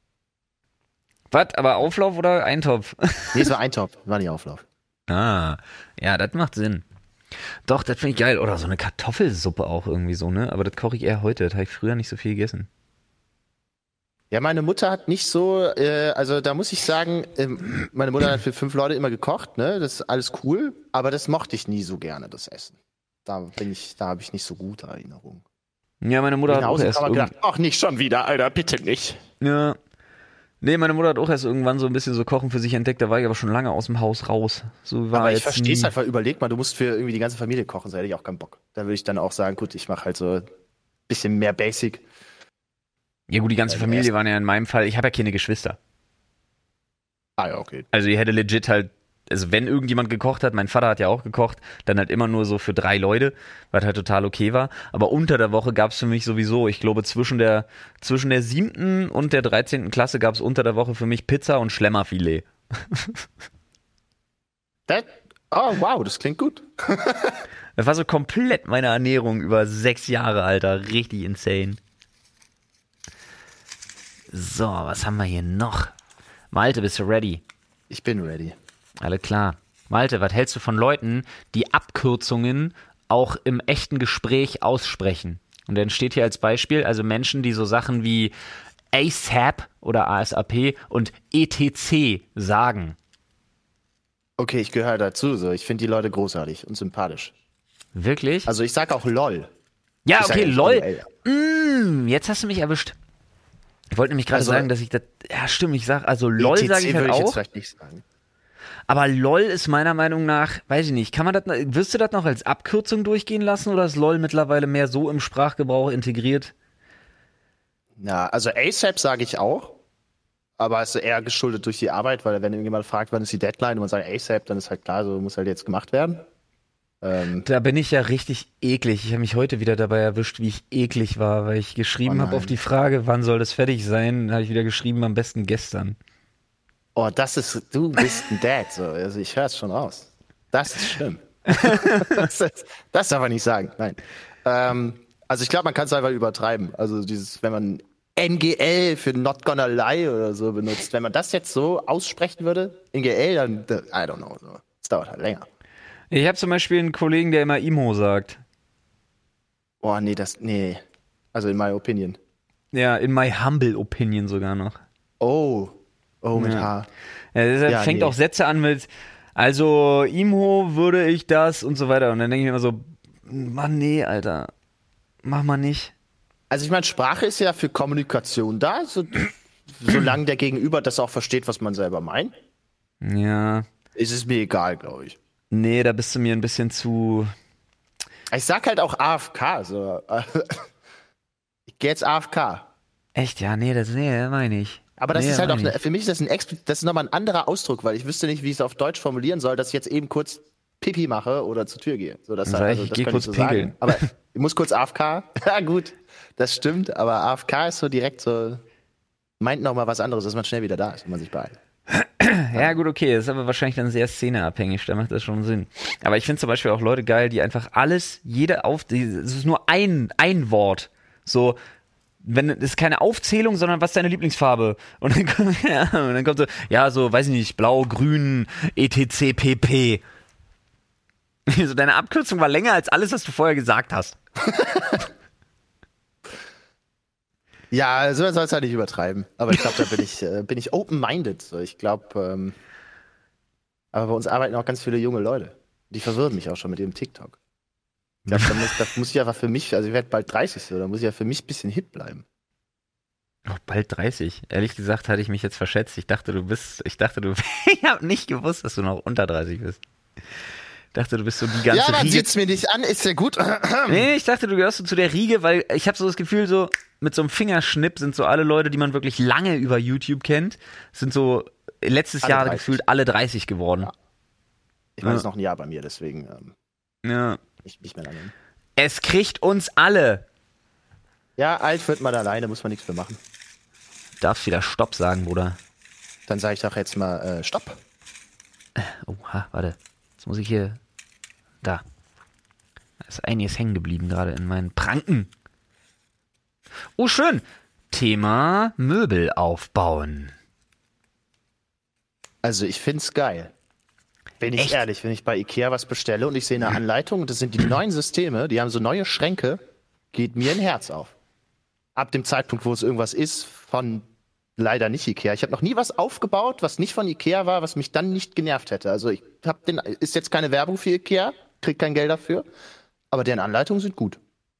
Was? Aber Auflauf oder Eintopf? Nee, es war Eintopf, war nicht Auflauf. Ah, ja, das macht Sinn. Doch, das finde ich geil. Oder so eine Kartoffelsuppe auch irgendwie so, ne? Aber das koche ich eher heute. Das habe ich früher nicht so viel gegessen. Ja, meine Mutter hat nicht so, also da muss ich sagen, meine Mutter hat für 5 Leute immer gekocht, ne? Das ist alles cool, aber das mochte ich nie so gerne, das Essen. Da habe ich nicht so gute Erinnerungen. Ja, meine Mutter hat auch erst gedacht, ach, nicht schon wieder, Alter, bitte nicht. Ja. Nee, meine Mutter hat auch erst irgendwann so ein bisschen so Kochen für sich entdeckt, da war ich aber schon lange aus dem Haus raus. So war aber ich jetzt verstehe es halt, weil überleg mal, du musst für irgendwie die ganze Familie kochen, so hätte ich auch keinen Bock. Da würde ich dann auch sagen, gut, ich mache halt so ein bisschen mehr Basic. Ja gut, die ganze Familie waren ja in meinem Fall, ich habe ja keine Geschwister. Ah ja, okay. Also ich hätte legit halt, also wenn irgendjemand gekocht hat, mein Vater hat ja auch gekocht, dann halt immer nur so für 3 Leute, was halt total okay war. Aber unter der Woche gab es für mich sowieso, ich glaube zwischen der 7. und der 13. Klasse gab es unter der Woche für mich Pizza und Schlemmerfilet. Oh wow, das klingt gut. Das war so komplett meine Ernährung über 6 Jahre, Alter. Richtig insane. So, was haben wir hier noch? Malte, bist du ready? Ich bin ready. Alle klar. Malte, was hältst du von Leuten, die Abkürzungen auch im echten Gespräch aussprechen? Und dann steht hier als Beispiel, also Menschen, die so Sachen wie ASAP oder ASAP und ETC sagen. Okay, ich gehöre dazu. So. Ich finde die Leute großartig und sympathisch. Wirklich? Also ich sage auch LOL. Ja, ich okay, sag LOL. Jetzt hast du mich erwischt. Ich wollte nämlich gerade sagen, dass ich das... Ja, stimmt, ich sage, also LOL sage ich halt würde ich auch. jetzt vielleicht nicht sagen. Aber LOL ist meiner Meinung nach, weiß ich nicht, wirst du das noch als Abkürzung durchgehen lassen oder ist LOL mittlerweile mehr so im Sprachgebrauch integriert? Na, also ASAP sage ich auch, aber es ist eher geschuldet durch die Arbeit, weil wenn irgendjemand fragt, wann ist die Deadline und man sagt ASAP, dann ist halt klar, so muss halt jetzt gemacht werden. Da bin ich ja richtig eklig. Ich habe mich heute wieder dabei erwischt, wie ich eklig war, weil ich geschrieben habe auf die Frage, wann soll das fertig sein, habe ich wieder geschrieben, am besten gestern. Oh, du bist ein Dad, so. Also ich höre es schon raus. Das ist schlimm. das darf man nicht sagen, nein. Also ich glaube, man kann es einfach übertreiben. Also wenn man NGL für Not Gonna Lie oder so benutzt, wenn man das jetzt so aussprechen würde, NGL, dann, I don't know, so. Das dauert halt länger. Ich habe zum Beispiel einen Kollegen, der immer Imo sagt. Oh, nee. Also in my opinion. Ja, in my humble opinion sogar noch. Oh, mit H. Ja, deshalb fängt auch Sätze an mit, also Imho würde ich das und so weiter. Und dann denke ich mir immer so, Mann, nee, Alter, mach mal nicht. Also ich meine, Sprache ist ja für Kommunikation da, solange der Gegenüber das auch versteht, was man selber meint. Ja. Ist es mir egal, glaube ich. Nee, da bist du mir ein bisschen zu... Ich sag halt auch AFK, so. Ich gehe jetzt AFK. Echt? Ja, nee, das meine ich. Aber das ist halt auch, für mich ist das ist nochmal ein anderer Ausdruck, weil ich wüsste nicht, wie ich es auf Deutsch formulieren soll, dass ich jetzt eben kurz Pipi mache oder zur Tür gehe. So, das geh kurz pinkeln. Sagen. Aber ich muss kurz AFK. Ja, gut, das stimmt, aber AFK ist so direkt so, meint nochmal was anderes, dass man schnell wieder da ist, wenn man sich beeilt. Ja, gut, okay, das ist aber wahrscheinlich dann sehr szeneabhängig, da macht das schon Sinn. Aber ich finde zum Beispiel auch Leute geil, die einfach alles, es ist nur ein Wort, so, es ist keine Aufzählung, sondern was ist deine Lieblingsfarbe? Und dann kommt so, ja, so, weiß ich nicht, blau, grün, etc. pp. So, deine Abkürzung war länger als alles, was du vorher gesagt hast. Ja, so soll es halt nicht übertreiben. Aber ich glaube, da bin ich open-minded. So. Ich glaube, aber bei uns arbeiten auch ganz viele junge Leute. Die verwirren mich auch schon mit ihrem TikTok. Ich glaube, da muss ich einfach für mich, also ich werde bald 30, so, da muss ich ja für mich ein bisschen hip bleiben. Oh, bald 30. Ehrlich gesagt hatte ich mich jetzt verschätzt. Ich habe nicht gewusst, dass du noch unter 30 bist. Ich dachte, du bist so die ganze Ja, man Riege. sieht's mir nicht an, ist ja gut. Nee, ich dachte, du gehörst so zu der Riege, weil ich habe so das Gefühl, so mit so einem Fingerschnipp sind so alle Leute, die man wirklich lange über YouTube kennt, sind so letztes Alle Jahr 30. gefühlt alle 30 geworden. Ja. Ich meine, es ist noch ein Jahr bei mir, deswegen Ja. nicht mehr lange. Es kriegt uns alle. Ja, alt wird man alleine, muss man nichts für machen. Darfst wieder Stopp sagen, Bruder. Dann sage ich doch jetzt mal Stopp. Oha, warte. Jetzt muss ich hier. Da. Da ist einiges hängen geblieben gerade in meinen Pranken. Oh, schön. Thema Möbel aufbauen. Also ich find's geil. Bin ich Echt? ehrlich, wenn ich bei Ikea was bestelle und ich sehe eine Anleitung und das sind die neuen Systeme, die haben so neue Schränke, geht mir ein Herz auf. Ab dem Zeitpunkt, wo es irgendwas ist, von leider nicht Ikea. Ich habe noch nie was aufgebaut, was nicht von Ikea war, was mich dann nicht genervt hätte. Also ist jetzt keine Werbung für Ikea, krieg kein Geld dafür, aber deren Anleitungen sind gut.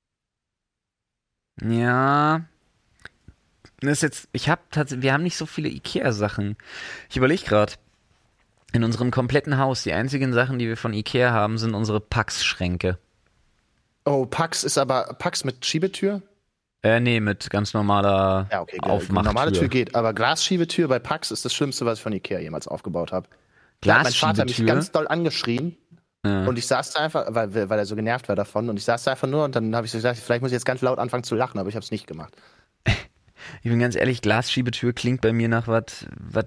Ja. Das ist jetzt, wir haben nicht so viele Ikea-Sachen. Ich überlege gerade. In unserem kompletten Haus, die einzigen Sachen, die wir von Ikea haben, sind unsere Pax-Schränke. Oh, Pax ist aber Pax mit Schiebetür? Nee, mit ganz normaler Ja, okay, Aufmachtür. normale Tür geht, aber Glasschiebetür bei Pax ist das Schlimmste, was ich von Ikea jemals aufgebaut habe. Mein Vater hat mich Glasschiebetür? ganz doll angeschrien Ja. und ich saß da einfach, weil er so genervt war davon und ich saß da einfach nur und dann habe ich so gesagt, vielleicht muss ich jetzt ganz laut anfangen zu lachen, aber ich habe es nicht gemacht. Ich bin ganz ehrlich, Glasschiebetür klingt bei mir nach was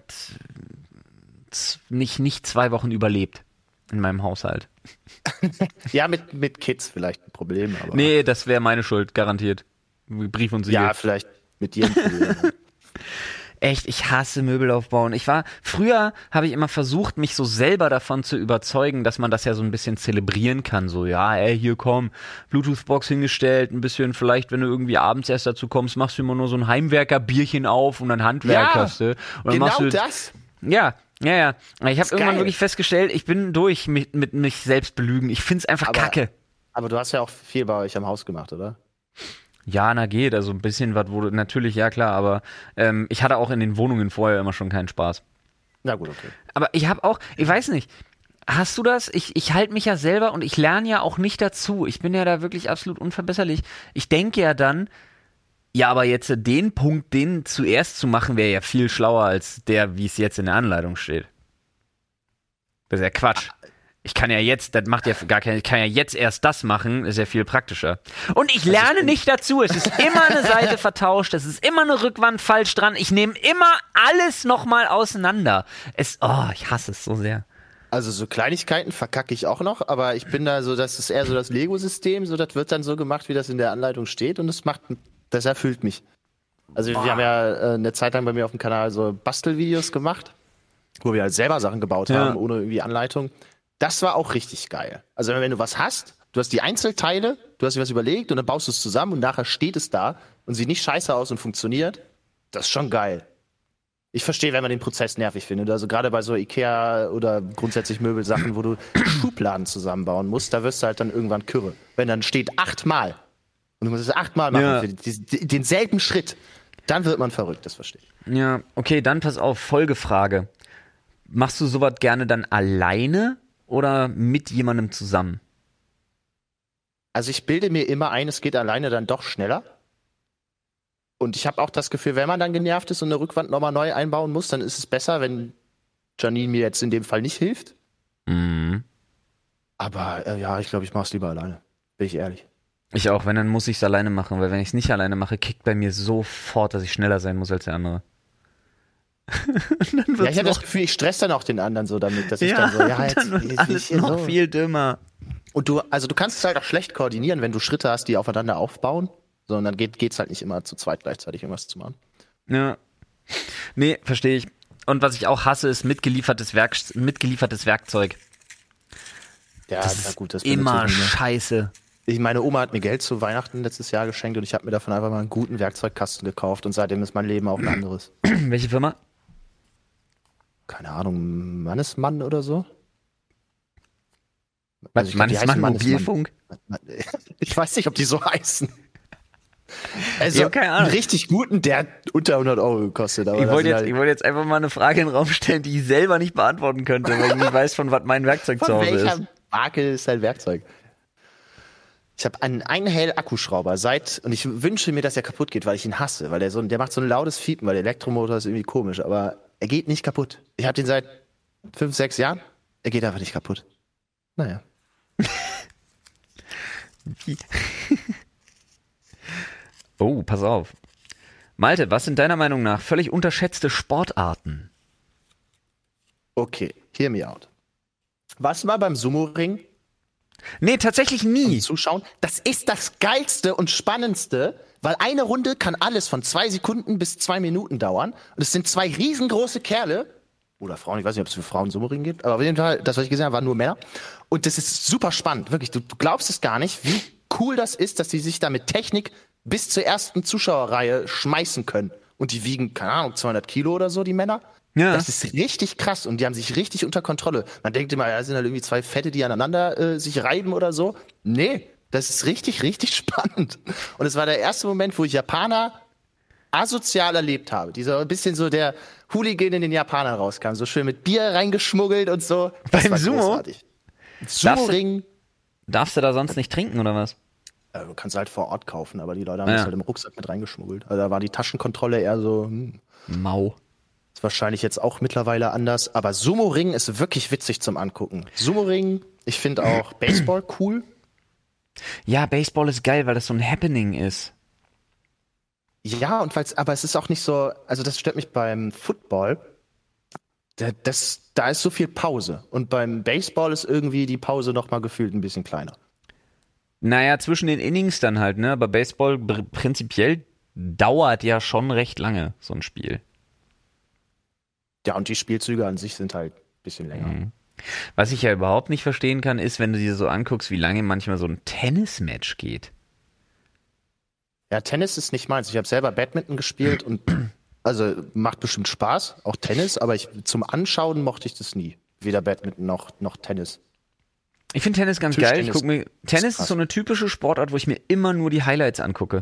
nicht 2 Wochen überlebt in meinem Haushalt. Ja, mit Kids vielleicht ein Problem, aber Nee, das wäre meine Schuld, garantiert. Brief und Siegel. ja, vielleicht mit dir ein Problem. Echt, ich hasse Möbel aufbauen. Früher habe ich immer versucht, mich so selber davon zu überzeugen, dass man das ja so ein bisschen zelebrieren kann. So, ja, ey, hier komm, Bluetooth-Box hingestellt, ein bisschen vielleicht, wenn du irgendwie abends erst dazu kommst, machst du immer nur so ein Heimwerker-Bierchen auf und ein Handwerk Ja, hast du. Und dann Genau machst du, das. Ja. Ich habe irgendwann geil. wirklich festgestellt, ich bin durch mit mich selbst belügen. Ich find's einfach kacke. Aber du hast ja auch viel bei euch am Haus gemacht, oder? Ja, na geht, also ein bisschen was wurde natürlich, ja klar, aber ich hatte auch in den Wohnungen vorher immer schon keinen Spaß. Na gut, okay. Aber ich weiß nicht, hast du das? Ich halte mich ja selber und ich lerne ja auch nicht dazu. Ich bin ja da wirklich absolut unverbesserlich. Ich denke ja dann, ja, aber jetzt den Punkt, den zuerst zu machen, wäre ja viel schlauer als der, wie es jetzt in der Anleitung steht. Das ist ja Quatsch. Ich kann ja jetzt, das macht ja gar keinen, ich kann ja jetzt erst das machen, ist ja viel praktischer. Und ich lerne nicht dazu. Es ist immer eine Seite vertauscht, es ist immer eine Rückwand falsch dran. Ich nehme immer alles nochmal auseinander. Ich hasse es so sehr. Also so Kleinigkeiten verkacke ich auch noch, aber ich bin da so, das ist eher so das Lego-System, so das wird dann so gemacht, wie das in der Anleitung steht und das erfüllt mich. Also wir haben ja eine Zeit lang bei mir auf dem Kanal so Bastelvideos gemacht, wo wir halt selber Sachen gebaut haben, ohne irgendwie Anleitung. Das war auch richtig geil. Also wenn du was hast, du hast die Einzelteile, du hast dir was überlegt und dann baust du es zusammen und nachher steht es da und sieht nicht scheiße aus und funktioniert, das ist schon geil. Ich verstehe, wenn man den Prozess nervig findet. Also gerade bei so Ikea oder grundsätzlich Möbelsachen, wo du Schubladen zusammenbauen musst, da wirst du halt dann irgendwann kürre. Wenn dann steht 8-mal und du musst es 8-mal machen für denselben Schritt, dann wird man verrückt, das verstehe ich. Ja, okay, dann pass auf, Folgefrage. Machst du sowas gerne dann alleine oder mit jemandem zusammen? Also ich bilde mir immer ein, es geht alleine dann doch schneller. Und ich habe auch das Gefühl, wenn man dann genervt ist und eine Rückwand nochmal neu einbauen muss, dann ist es besser, wenn Janine mir jetzt in dem Fall nicht hilft. Mhm. Aber ja, ich glaube, ich mache es lieber alleine. Bin ich ehrlich. Ich auch, wenn, dann muss ich es alleine machen, weil wenn ich es nicht alleine mache, kickt bei mir sofort, dass ich schneller sein muss als der andere. Ja, ich habe das Gefühl, ich stress dann auch den anderen so damit, dass ich dann so, dann wird alles noch viel dümmer. Und du kannst es halt auch schlecht koordinieren, wenn du Schritte hast, die aufeinander aufbauen. So, und dann geht's halt nicht immer zu zweit gleichzeitig irgendwas zu machen. Ja. Nee, verstehe ich. Und was ich auch hasse, ist mitgeliefertes Werkzeug. Ja, Das na gut, das ist immer benutze ich nicht mehr. scheiße. Meine Oma hat mir Geld zu Weihnachten letztes Jahr geschenkt und ich habe mir davon einfach mal einen guten Werkzeugkasten gekauft und seitdem ist mein Leben auch ein anderes. Welche Firma? Keine Ahnung, Mannesmann oder so? Was, ich glaub, die Mannesmann heißen Mobilfunk? Ich weiß nicht, ob die so heißen. Ich Also, hab keine Ahnung. einen richtig guten, der hat unter 100 Euro gekostet. Aber Ich das wollte sind jetzt, ich wollte jetzt einfach mal eine Frage in den Raum stellen, die ich selber nicht beantworten könnte, weil ich nicht weiß, von was mein Werkzeug zu von Hause welcher ist. Marke ist dein Werkzeug? Ich habe einen Einhell-Akkuschrauber und ich wünsche mir, dass er kaputt geht, weil ich ihn hasse, weil der macht so ein lautes Fiepen, weil der Elektromotor ist irgendwie komisch, aber er geht nicht kaputt. Ich habe den seit 5, 6 Jahren, er geht einfach nicht kaputt. Naja. Oh, pass auf. Malte, was sind deiner Meinung nach völlig unterschätzte Sportarten? Okay, hear me out. Warst du mal beim Sumo-Ring? Nee, tatsächlich nie. Zuschauen? Das ist das Geilste und Spannendste, weil eine Runde kann alles von 2 Sekunden bis 2 Minuten dauern. Und es sind 2 riesengroße Kerle. Oder Frauen, ich weiß nicht, ob es für Frauen Sumo-Ring gibt, aber auf jeden Fall, das, was ich gesehen habe, waren nur Männer. Und das ist super spannend, wirklich. Du glaubst es gar nicht, wie cool das ist, dass die sich da mit Technik bis zur ersten Zuschauerreihe schmeißen können. Und die wiegen, keine Ahnung, 200 Kilo oder so, die Männer. Ja. Das ist richtig krass und die haben sich richtig unter Kontrolle. Man denkt immer, ja, das sind halt irgendwie 2 Fette, die aneinander sich reiben oder so. Nee, das ist richtig, richtig spannend. Und es war der erste Moment, wo ich Japaner asozial erlebt habe. Dieser ein bisschen so der Hooligan in den Japaner rauskam. So schön mit Bier reingeschmuggelt und so. Das Beim war Sumo? großartig. Sumo-Ring. Darfst du da sonst nicht trinken oder was? Du kannst halt vor Ort kaufen, aber die Leute haben Ja. das halt im Rucksack mit reingeschmuggelt. Also da war die Taschenkontrolle eher so, Mau. ist wahrscheinlich jetzt auch mittlerweile anders. Aber Sumo-Ring ist wirklich witzig zum Angucken. Sumo-Ring, ich finde auch Baseball cool. Ja, Baseball ist geil, weil das so ein Happening ist. Ja, aber es ist auch nicht so, also das stört mich beim Football. Da ist so viel Pause. Und beim Baseball ist irgendwie die Pause noch mal gefühlt ein bisschen kleiner. Naja, zwischen den Innings dann halt, ne? Aber Baseball prinzipiell dauert ja schon recht lange, so ein Spiel. Ja, und die Spielzüge an sich sind halt ein bisschen länger. Mhm. Was ich ja überhaupt nicht verstehen kann, ist, wenn du dir so anguckst, wie lange manchmal so ein Tennismatch geht. Ja, Tennis ist nicht meins. Ich habe selber Badminton gespielt und also macht bestimmt Spaß, auch Tennis, aber zum Anschauen mochte ich das nie. Weder Badminton noch Tennis. Ich finde Tennis ganz geil. Tischtennis Tennis krass. ist so eine typische Sportart, wo ich mir immer nur die Highlights angucke.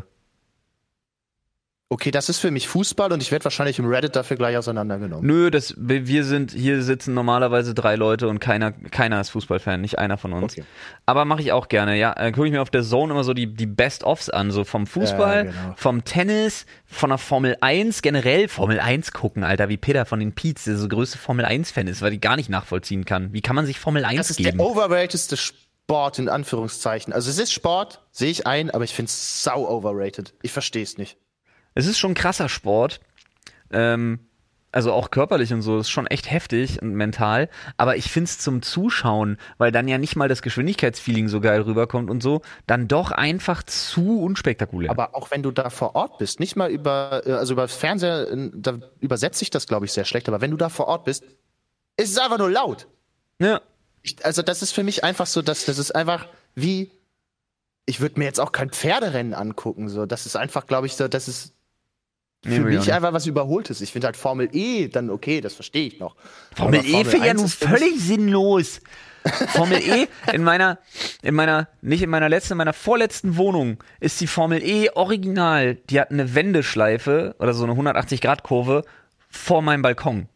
Okay, das ist für mich Fußball und ich werde wahrscheinlich im Reddit dafür gleich auseinandergenommen. Nö, hier sitzen normalerweise 3 Leute und keiner ist Fußballfan, nicht einer von uns. Okay. Aber mache ich auch gerne, ja. Gucke ich mir auf der Zone immer so die Best-ofs an, so vom Fußball, Ja, genau. vom Tennis, von der Formel 1, generell Formel 1 gucken, Alter, wie Peter von den Pietz, der so größte Formel 1-Fan ist, weil die gar nicht nachvollziehen kann. Wie kann man sich Formel 1 Das ist geben? der overratedste Sport, in Anführungszeichen. Also es ist Sport, sehe ich ein, aber ich finde es sau overrated. Ich verstehe es nicht. Es ist schon ein krasser Sport. Also auch körperlich und so, ist schon echt heftig und mental. Aber ich find's zum Zuschauen, weil dann ja nicht mal das Geschwindigkeitsfeeling so geil rüberkommt und so, dann doch einfach zu unspektakulär. Aber auch wenn du da vor Ort bist, nicht mal über Fernseher, da übersetze ich das, glaube ich, sehr schlecht, aber wenn du da vor Ort bist, ist es einfach nur laut. Ja. Also das ist für mich einfach so, das ist einfach wie, ich würde mir jetzt auch kein Pferderennen angucken, so. Das ist einfach, glaube ich, so, das ist Nee, für will ich auch mich nicht. einfach was Überholtes. Ich finde halt Formel E dann okay, das verstehe ich noch. Formel Aber E finde ich ja 1 nun ist für mich- völlig sinnlos. Formel E, in meiner vorletzten Wohnung ist die Formel E original. Die hat eine Wendeschleife oder so eine 180-Grad-Kurve vor meinem Balkon.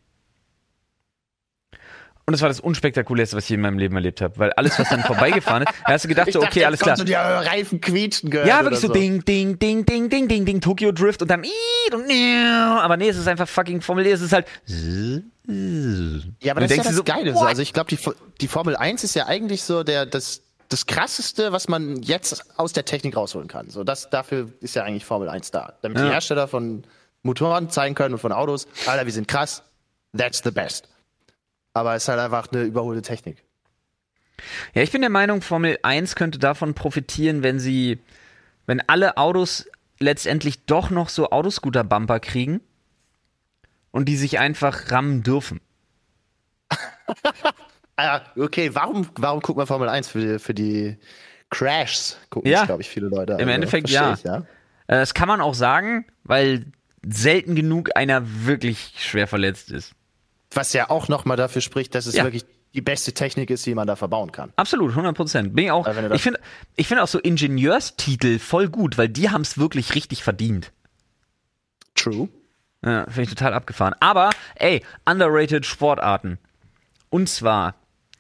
Und das war das Unspektakulärste, was ich in meinem Leben erlebt habe. Weil alles, was dann vorbeigefahren ist, da hast du gedacht, Ich so, dachte, okay, jetzt alles klar. kommt so die Reifen quietschen gehört. Ja, wirklich oder so ding, ding, ding, ding, ding, ding, ding, Tokyo Drift und dann aber nee, es ist einfach fucking Formel E, es ist halt Ja, aber Und das ist ja denkst du das so, Geile. what? So. Also ich glaube, die Formel 1 ist ja eigentlich so das Krasseste, was man jetzt aus der Technik rausholen kann. So, dafür ist ja eigentlich Formel 1 da. Damit die Ja. Hersteller von Motoren zeigen können und von Autos, Alter, wir sind krass, that's the best. Aber es ist halt einfach eine überholte Technik. Ja, ich bin der Meinung, Formel 1 könnte davon profitieren, wenn alle Autos letztendlich doch noch so Autoscooter-Bumper kriegen und die sich einfach rammen dürfen. Ah, okay, warum guckt man Formel 1 für die Crashs gucken Ja, sich, glaube ich, viele Leute. im Endeffekt ja. Das kann man auch sagen, weil selten genug einer wirklich schwer verletzt ist. Was ja auch nochmal dafür spricht, dass es wirklich die beste Technik ist, die man da verbauen kann. Absolut, 100%. Bin ich auch. Ich finde auch so Ingenieurstitel voll gut, weil die haben es wirklich richtig verdient. True. Ja, finde ich total abgefahren. Aber, underrated Sportarten. Und zwar,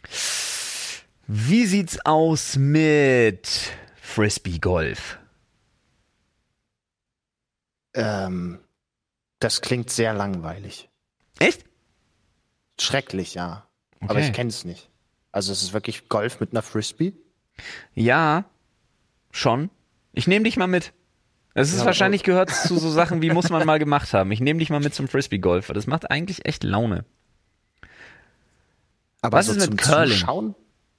wie sieht's aus mit Frisbee-Golf? Das klingt sehr langweilig. Echt? Schrecklich, ja. Okay. Aber ich kenne es nicht. Also es ist wirklich Golf mit einer Frisbee? Ja, schon. Ich nehme dich mal mit. Es ist wahrscheinlich gehört zu so Sachen wie muss man mal gemacht haben. Ich nehme dich mal mit zum Frisbee-Golf. Das macht eigentlich echt Laune. Aber was so ist mit zum Curling? Zuschauen?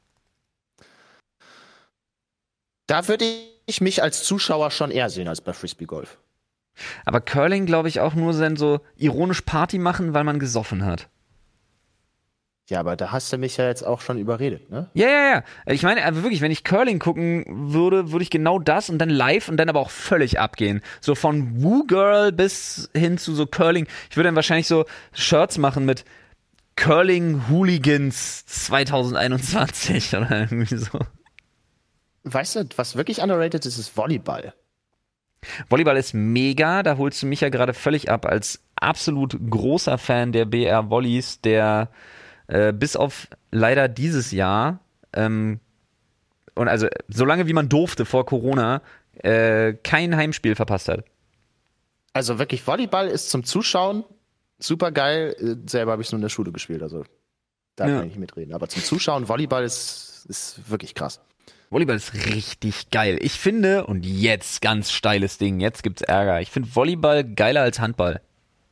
Da würde ich mich als Zuschauer schon eher sehen als bei Frisbee-Golf. Aber Curling, glaube ich, auch nur so ironisch Party machen, weil man gesoffen hat. Ja, aber da hast du mich ja jetzt auch schon überredet, ne? Ja. Ich meine, aber wirklich, wenn ich Curling gucken würde, würde ich genau das und dann live und dann aber auch völlig abgehen. So von Woo Girl bis hin zu so Curling. Ich würde dann wahrscheinlich so Shirts machen mit Curling Hooligans 2021 oder irgendwie so. Weißt du, was wirklich underrated ist, ist Volleyball. Volleyball ist mega, da holst du mich ja gerade völlig ab als absolut großer Fan der BR Volleys, der bis auf leider dieses Jahr und also solange wie man durfte vor Corona kein Heimspiel verpasst hat. Also wirklich, Volleyball ist zum Zuschauen super geil. Selber habe ich es nur in der Schule gespielt, also da kann ich nicht mitreden. Aber zum Zuschauen, Volleyball ist wirklich krass. Volleyball ist richtig geil. Ich finde, und jetzt ganz steiles Ding, jetzt gibt's Ärger. Ich finde Volleyball geiler als Handball.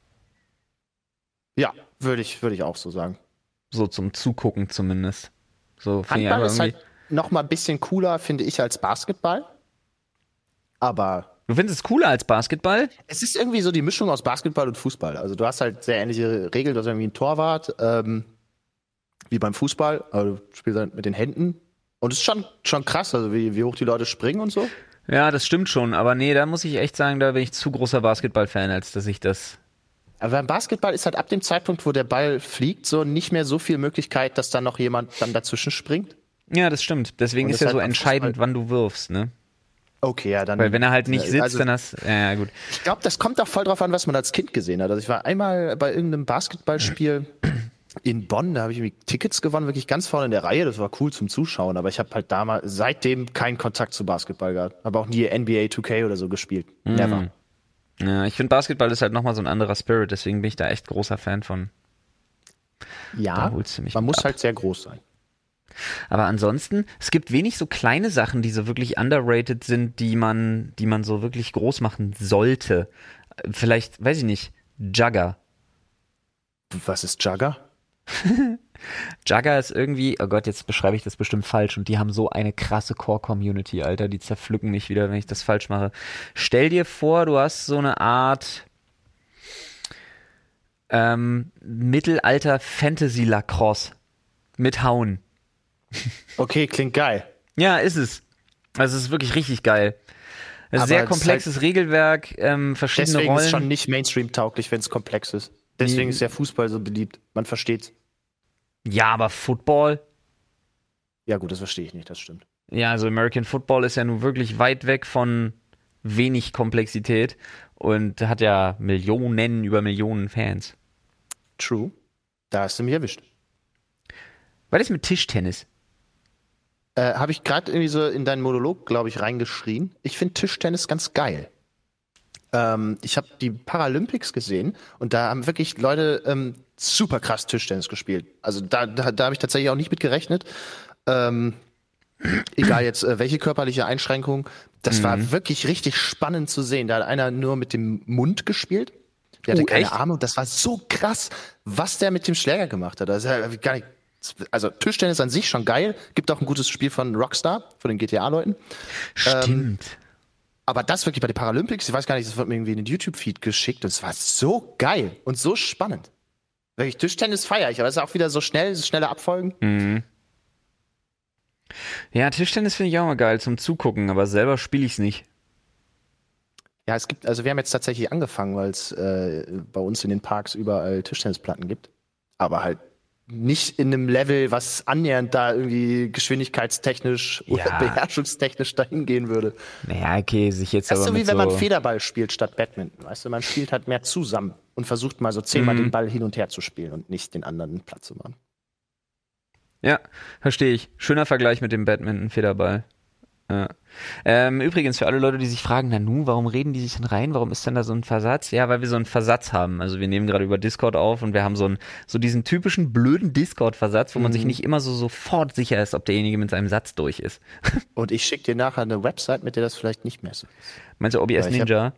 Ja, würde ich auch so sagen. So zum Zugucken zumindest. So Handball ist halt noch mal ein bisschen cooler, finde ich, als Basketball. Aber du findest es cooler als Basketball? es ist irgendwie so die Mischung aus Basketball und Fußball. Also du hast halt sehr ähnliche Regeln. Du hast irgendwie einen Torwart, wie beim Fußball. Aber du spielst halt mit den Händen. Und es ist schon krass, also wie hoch die Leute springen und so. Ja, das stimmt schon. Aber nee, da muss ich echt sagen, da bin ich zu großer Basketball-Fan, als dass ich das... Aber beim Basketball ist halt ab dem Zeitpunkt, wo der Ball fliegt, so nicht mehr so viel Möglichkeit, dass da noch jemand dann dazwischen springt. Ja, das stimmt. Deswegen Und ist das ja so halt beim entscheidend, Fußball- wann du wirfst, ne? Okay, ja, dann. Weil wenn er halt nicht sitzt, also, dann hast... Ja, gut. ich glaube, das kommt auch voll drauf an, was man als Kind gesehen hat. Also ich war einmal bei irgendeinem Basketballspiel in Bonn, da habe ich irgendwie Tickets gewonnen, wirklich ganz vorne in der Reihe. Das war cool zum Zuschauen, aber ich habe halt damals seitdem keinen Kontakt zu Basketball gehabt. Habe auch nie NBA 2K oder so gespielt. Never. Ja, ich finde Basketball ist halt nochmal so ein anderer Spirit, deswegen bin ich da echt großer Fan von. Ja, Da holst du mich man mit muss ab. halt sehr groß sein. Aber ansonsten, es gibt wenig so kleine Sachen, die so wirklich underrated sind, die man so wirklich groß machen sollte. Vielleicht, weiß ich nicht, Jugger. Was ist Jugger? Jugger ist irgendwie, oh Gott, jetzt beschreibe ich das bestimmt falsch und die haben so eine krasse Core-Community, Alter, die zerpflücken mich wieder, wenn ich das falsch mache. Stell dir vor, du hast so eine Art Mittelalter-Fantasy-Lacrosse mit Hauen. Okay, klingt geil. Ja, ist es. Also es ist wirklich richtig geil. Es ist Aber sehr es ist komplexes Regelwerk, verschiedene Deswegen ist es Rollen. schon nicht Mainstream-tauglich, wenn es komplex ist. Deswegen ist der Fußball so beliebt. Man versteht's. Ja, aber Football, Ja gut, das verstehe ich nicht, das stimmt. ja, also American Football ist ja nun wirklich weit weg von wenig Komplexität und hat ja Millionen über Millionen Fans. True. Da hast du mich erwischt. Was ist mit Tischtennis? Habe ich gerade irgendwie so in deinen Monolog, glaube ich, reingeschrien. Ich finde Tischtennis ganz geil. Ich habe die Paralympics gesehen und da haben wirklich Leute super krass Tischtennis gespielt. Also da habe ich tatsächlich auch nicht mit gerechnet. Egal jetzt welche körperliche Einschränkung. Das war wirklich richtig spannend zu sehen. Da hat einer nur mit dem Mund gespielt. Der hatte keine echt? Arme und das war so krass, was der mit dem Schläger gemacht hat. Das ist ja gar nicht. Also Tischtennis an sich schon geil. Gibt auch ein gutes Spiel von Rockstar, von den GTA-Leuten. Stimmt. Aber das wirklich bei den Paralympics, ich weiß gar nicht, das wird mir irgendwie in den YouTube-Feed geschickt und es war so geil und so spannend. Wirklich, Tischtennis feiere ich, aber es ist auch wieder so schnell, so schnelle Abfolgen. Ja, Tischtennis finde ich auch mal geil zum Zugucken, aber selber spiele ich es nicht. Ja, also wir haben jetzt tatsächlich angefangen, weil es bei uns in den Parks überall Tischtennisplatten gibt. Aber halt nicht in einem Level, was annähernd da irgendwie geschwindigkeitstechnisch oder Ja. beherrschungstechnisch dahin gehen würde. Naja, okay, sich jetzt Das ist aber so wie mit wenn man so... Federball spielt statt Badminton. Weißt du, man spielt halt mehr zusammen und versucht mal so 10-mal den Ball hin und her zu spielen und nicht den anderen Platz zu machen. Ja, verstehe ich. Schöner Vergleich mit dem Badminton-Federball. Ja. Übrigens, für alle Leute, die sich fragen, Nanu, warum reden die sich denn rein? Warum ist denn da so ein Versatz? Ja, weil wir so einen Versatz haben. Also wir nehmen gerade über Discord auf und wir haben so diesen typischen blöden Discord-Versatz, wo man sich nicht immer so sofort sicher ist, ob derjenige mit seinem Satz durch ist. Und ich schicke dir nachher eine Website, mit der das vielleicht nicht mehr so ist. Meinst du OBS Weil ich Ninja?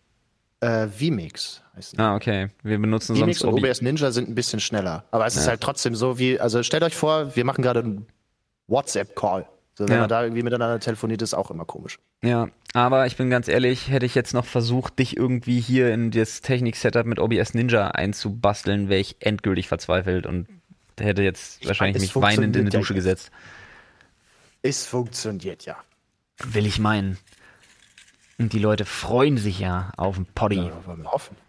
vMix heißt es. Ah, okay. Wir benutzen vMix sonst und OBS Ninja sind ein bisschen schneller. Aber es ist halt trotzdem so wie, also stellt euch vor, wir machen gerade einen WhatsApp-Call. So, wenn Ja. man da irgendwie miteinander telefoniert, ist auch immer komisch. Ja, aber ich bin ganz ehrlich, hätte ich jetzt noch versucht, dich irgendwie hier in das Technik-Setup mit OBS Ninja einzubasteln, wäre ich endgültig verzweifelt und hätte jetzt wahrscheinlich es mich weinend in eine funktioniert ja Dusche jetzt. gesetzt. Es funktioniert ja. Will ich meinen. Und die Leute freuen sich ja auf den Poddy. Ja, wollen wir hoffen.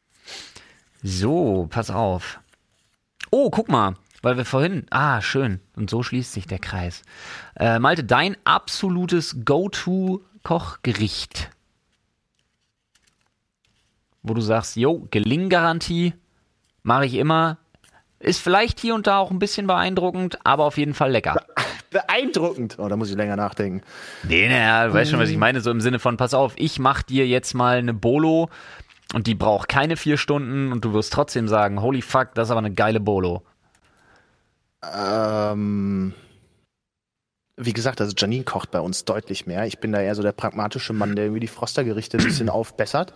So, pass auf. Oh, guck mal, weil wir vorhin... Ah, schön. Und so schließt sich der Kreis. Malte, dein absolutes Go-To-Kochgericht. Wo du sagst, jo, Gelinggarantie, mache ich immer. Ist vielleicht hier und da auch ein bisschen beeindruckend, aber auf jeden Fall lecker. Beeindruckend. Oh, da muss ich länger nachdenken. Nee, naja, du weißt schon, was ich meine. So im Sinne von, pass auf, ich mach dir jetzt mal eine Bolo und die braucht keine 4 Stunden und du wirst trotzdem sagen, holy fuck, das ist aber eine geile Bolo. Wie gesagt, also Janine kocht bei uns deutlich mehr. Ich bin da eher so der pragmatische Mann, der irgendwie die Froster-Gerichte ein bisschen aufbessert.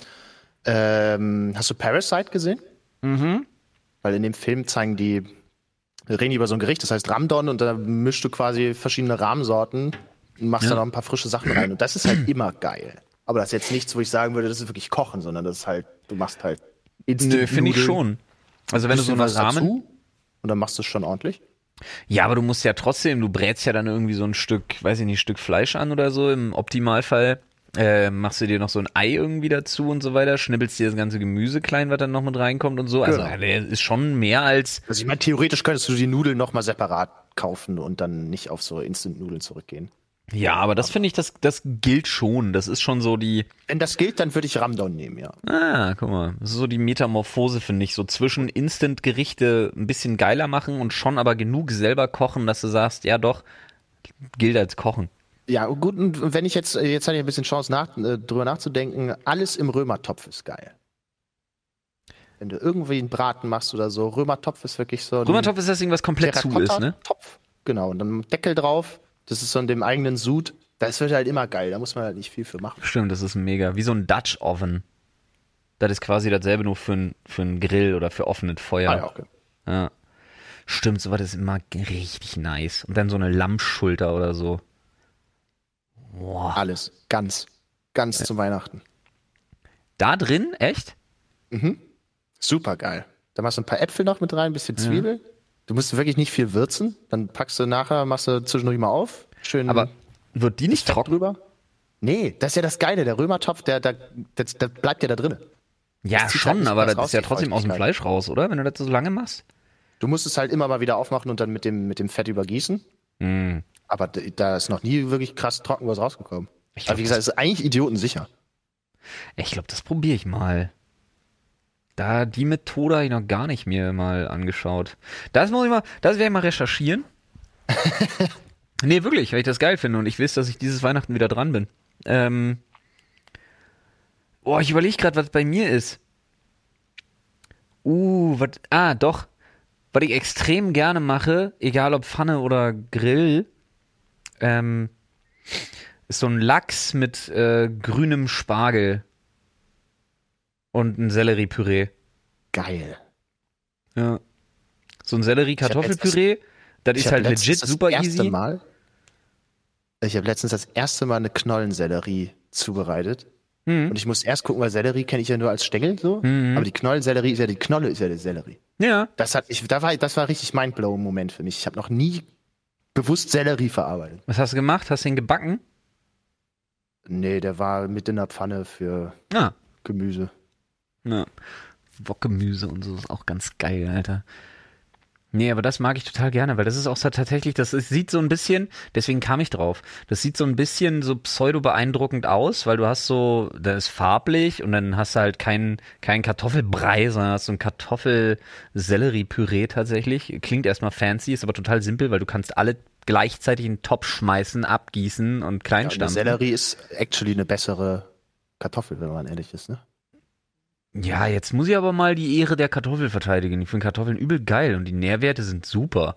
Hast du Parasite gesehen? Mhm. Weil in dem Film zeigen wir reden über so ein Gericht, das heißt Ramdon, und da mischst du quasi verschiedene Rahmsorten und machst da noch ein paar frische Sachen rein. Und das ist halt immer geil. Aber das ist jetzt nichts, wo ich sagen würde, das ist wirklich Kochen, sondern das ist halt, du machst halt Nö, finde ich Nudeln, schon. Also wenn du so bisschen eine was Rahmen... dazu, und dann machst du es schon ordentlich. Ja, aber du musst ja trotzdem, du brätst ja dann irgendwie so ein Stück, weiß ich nicht, Stück Fleisch an oder so, im Optimalfall. Machst du dir noch so ein Ei irgendwie dazu und so weiter, schnippelst dir das ganze Gemüse klein, was dann noch mit reinkommt und so. Also Genau. der ist schon mehr als... Also ich meine, theoretisch könntest du die Nudeln nochmal separat kaufen und dann nicht auf so Instant-Nudeln zurückgehen. Ja, aber das finde ich, das gilt schon. Das ist schon so die... Wenn das gilt, dann würde ich Ramdon nehmen, ja. Ah, guck mal. Das ist so die Metamorphose, finde ich. So zwischen Instant-Gerichte ein bisschen geiler machen und schon aber genug selber kochen, dass du sagst, ja doch, gilt als Kochen. Ja, gut, und wenn ich jetzt hatte ich ein bisschen Chance drüber nachzudenken, alles im Römertopf ist geil. Wenn du irgendwie einen Braten machst oder so, Römertopf ist wirklich so ein Römertopf ist das Ding, was komplett zu ist, ne? Topf. Genau, und dann Deckel drauf, das ist so in dem eigenen Sud, das wird halt immer geil, da muss man halt nicht viel für machen. Stimmt, das ist mega. Wie so ein Dutch Oven. Das ist quasi dasselbe nur für einen Grill oder für offenes Feuer. Ah, ja, okay. Ja. Stimmt, sowas ist immer richtig nice. Und dann so eine Lammschulter oder so. Boah. Alles, ganz zu Weihnachten. Da drin? Echt? Super geil. Da machst du ein paar Äpfel noch mit rein, ein bisschen Zwiebel. Du musst wirklich nicht viel würzen. Dann machst du zwischendurch mal auf. Schön. Aber wird die nicht Fett trocken? drüber. Nee, das ist ja das Geile. Der Römertopf, der bleibt ja da drin. Ja, Das zieht halt schon, nicht aber ganz das ist ja raus, die trotzdem aus dem Feuchtigkeit. Fleisch raus, oder? Wenn du das so lange machst? Du musst es halt immer mal wieder aufmachen und dann mit dem Fett übergießen. Aber da ist noch nie wirklich krass trocken was rausgekommen. Ich glaub, Aber wie gesagt, es ist eigentlich idiotensicher. Ich glaube, das probiere ich mal. Die Methode habe ich noch gar nicht mir mal angeschaut. Das werde ich mal recherchieren. Nee, wirklich, weil ich das geil finde und ich weiß, dass ich dieses Weihnachten wieder dran bin. Ich überlege gerade, was bei mir ist. Doch. Was ich extrem gerne mache, egal ob Pfanne oder Grill, ist so ein Lachs mit grünem Spargel und ein Selleriepüree. Geil. Ja. So ein Sellerie-Kartoffelpüree, das ist halt legit super easy. Ich habe letztens das erste Mal eine Knollensellerie zubereitet. Und ich muss erst gucken, weil Sellerie kenne ich ja nur als Stängel so. Aber die Knollensellerie ist ja die Knolle, ist ja die Sellerie. Ja. Das war richtig Mindblow-Moment für mich. Ich habe noch nie bewusst Sellerie verarbeitet. Was hast du gemacht? Hast du ihn gebacken? Nee, der war mit in der Pfanne für Ah. Gemüse. Ja. Wokgemüse und so ist auch ganz geil, Alter. Nee, aber das mag ich total gerne, weil das ist auch so tatsächlich, sieht so ein bisschen, deswegen kam ich drauf, das sieht so ein bisschen so pseudo-beeindruckend aus, weil du hast so, da ist farblich und dann hast du halt kein Kartoffelbrei, sondern hast so ein Kartoffel-Sellerie-Püree tatsächlich. Klingt erstmal fancy, ist aber total simpel, weil du kannst alle gleichzeitig in den Topf schmeißen, abgießen und klein Ja, und stampfen. Sellerie ist actually eine bessere Kartoffel, wenn man ehrlich ist, ne? Ja, jetzt muss ich aber mal die Ehre der Kartoffel verteidigen. Ich finde Kartoffeln übel geil und die Nährwerte sind super.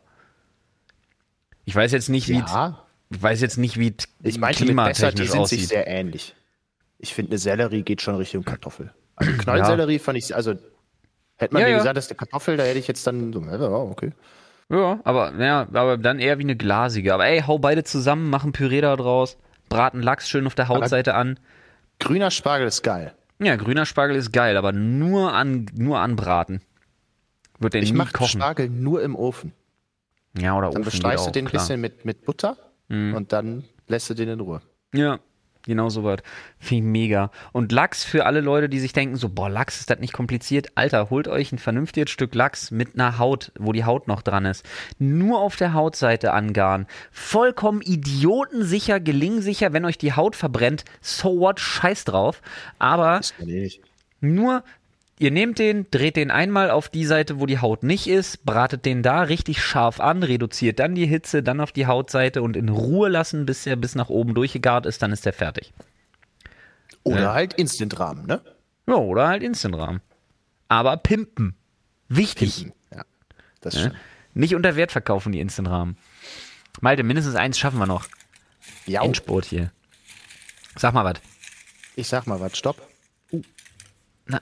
Ich weiß jetzt nicht, wie Ich meinte mit besser, die klimatechnisch sind sich aussieht. sehr ähnlich. Ich finde, eine Sellerie geht schon Richtung Kartoffel. Also Knollsellerie fand ich, also hätte man Ja, mir ja. gesagt, das ist eine Kartoffel, da hätte ich jetzt dann so, ja, okay. Ja, aber dann eher wie eine glasige. Aber ey, hau beide zusammen, mach ein Püree da draus, braten Lachs schön auf der Hautseite an. Grüner Spargel ist geil. Ja, grüner Spargel ist geil, aber nur anbraten. Wird der Ich nie mache kochen. Spargel nur im Ofen. Ja, oder Dann Ofen geht bestreust du auch, den ein klar. bisschen mit Butter und dann lässt du den in Ruhe. Ja, genau so was. Finde ich mega. Und Lachs für alle Leute, die sich denken, so, boah, Lachs ist das nicht kompliziert. Alter, holt euch ein vernünftiges Stück Lachs mit einer Haut, wo die Haut noch dran ist. Nur auf der Hautseite angaren. Vollkommen idiotensicher, gelingsicher, wenn euch die Haut verbrennt. So what, scheiß drauf. Aber Ist ja nicht. nur, ihr nehmt den, dreht den einmal auf die Seite, wo die Haut nicht ist, bratet den da richtig scharf an, reduziert dann die Hitze, dann auf die Hautseite und in Ruhe lassen, bis er bis nach oben durchgegart ist, dann ist der fertig. Oder Ja. halt Instant-Rahmen, ne? Ja, oder halt Instant-Rahmen. Aber pimpen. Wichtig. Ja, das Ja? stimmt. Nicht unter Wert verkaufen, die Instant-Rahmen. Malte, mindestens eins schaffen wir noch. Ja, Endspurt hier. Sag mal was. ich sag mal was, stopp. Na.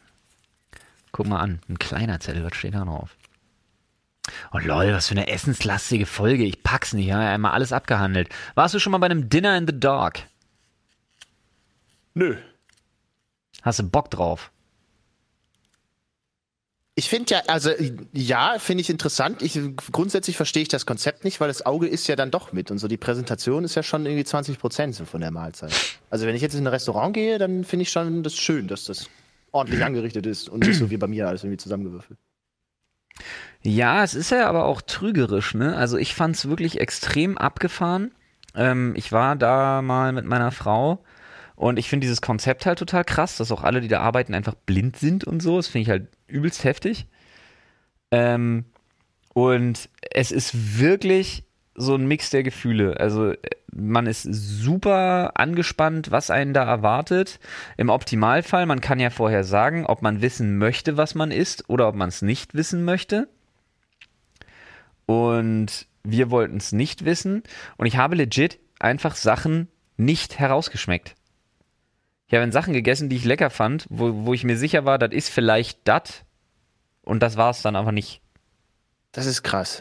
Guck mal an. Ein kleiner Zettel, was steht da drauf? Oh lol, was für eine essenslastige Folge. Ich pack's nicht, ja. Einmal alles abgehandelt. Warst du schon mal bei einem Dinner in the Dark? Nö. Hast du Bock drauf? Ich finde ja, also ja, finde ich interessant. Grundsätzlich verstehe ich das Konzept nicht, weil das Auge ist ja dann doch mit und so. Die Präsentation ist ja schon irgendwie 20% so von der Mahlzeit. Also wenn ich jetzt in ein Restaurant gehe, dann finde ich schon das schön, dass das ordentlich angerichtet ist und nicht so wie bei mir alles irgendwie zusammengewürfelt. Ja, es ist ja aber auch trügerisch, ne? Also ich fand's wirklich extrem abgefahren. Ich war da mal mit meiner Frau und ich finde dieses Konzept halt total krass, dass auch alle, die da arbeiten, einfach blind sind und so. Das finde ich halt übelst heftig. Und es ist wirklich so ein Mix der Gefühle. Also man ist super angespannt, was einen da erwartet. Im Optimalfall, man kann ja vorher sagen, ob man wissen möchte, was man isst oder ob man es nicht wissen möchte. Und wir wollten es nicht wissen. Und ich habe legit einfach Sachen nicht herausgeschmeckt. Ich habe Sachen gegessen, die ich lecker fand, wo ich mir sicher war, das ist vielleicht das. Und das war es dann aber nicht. Das ist krass.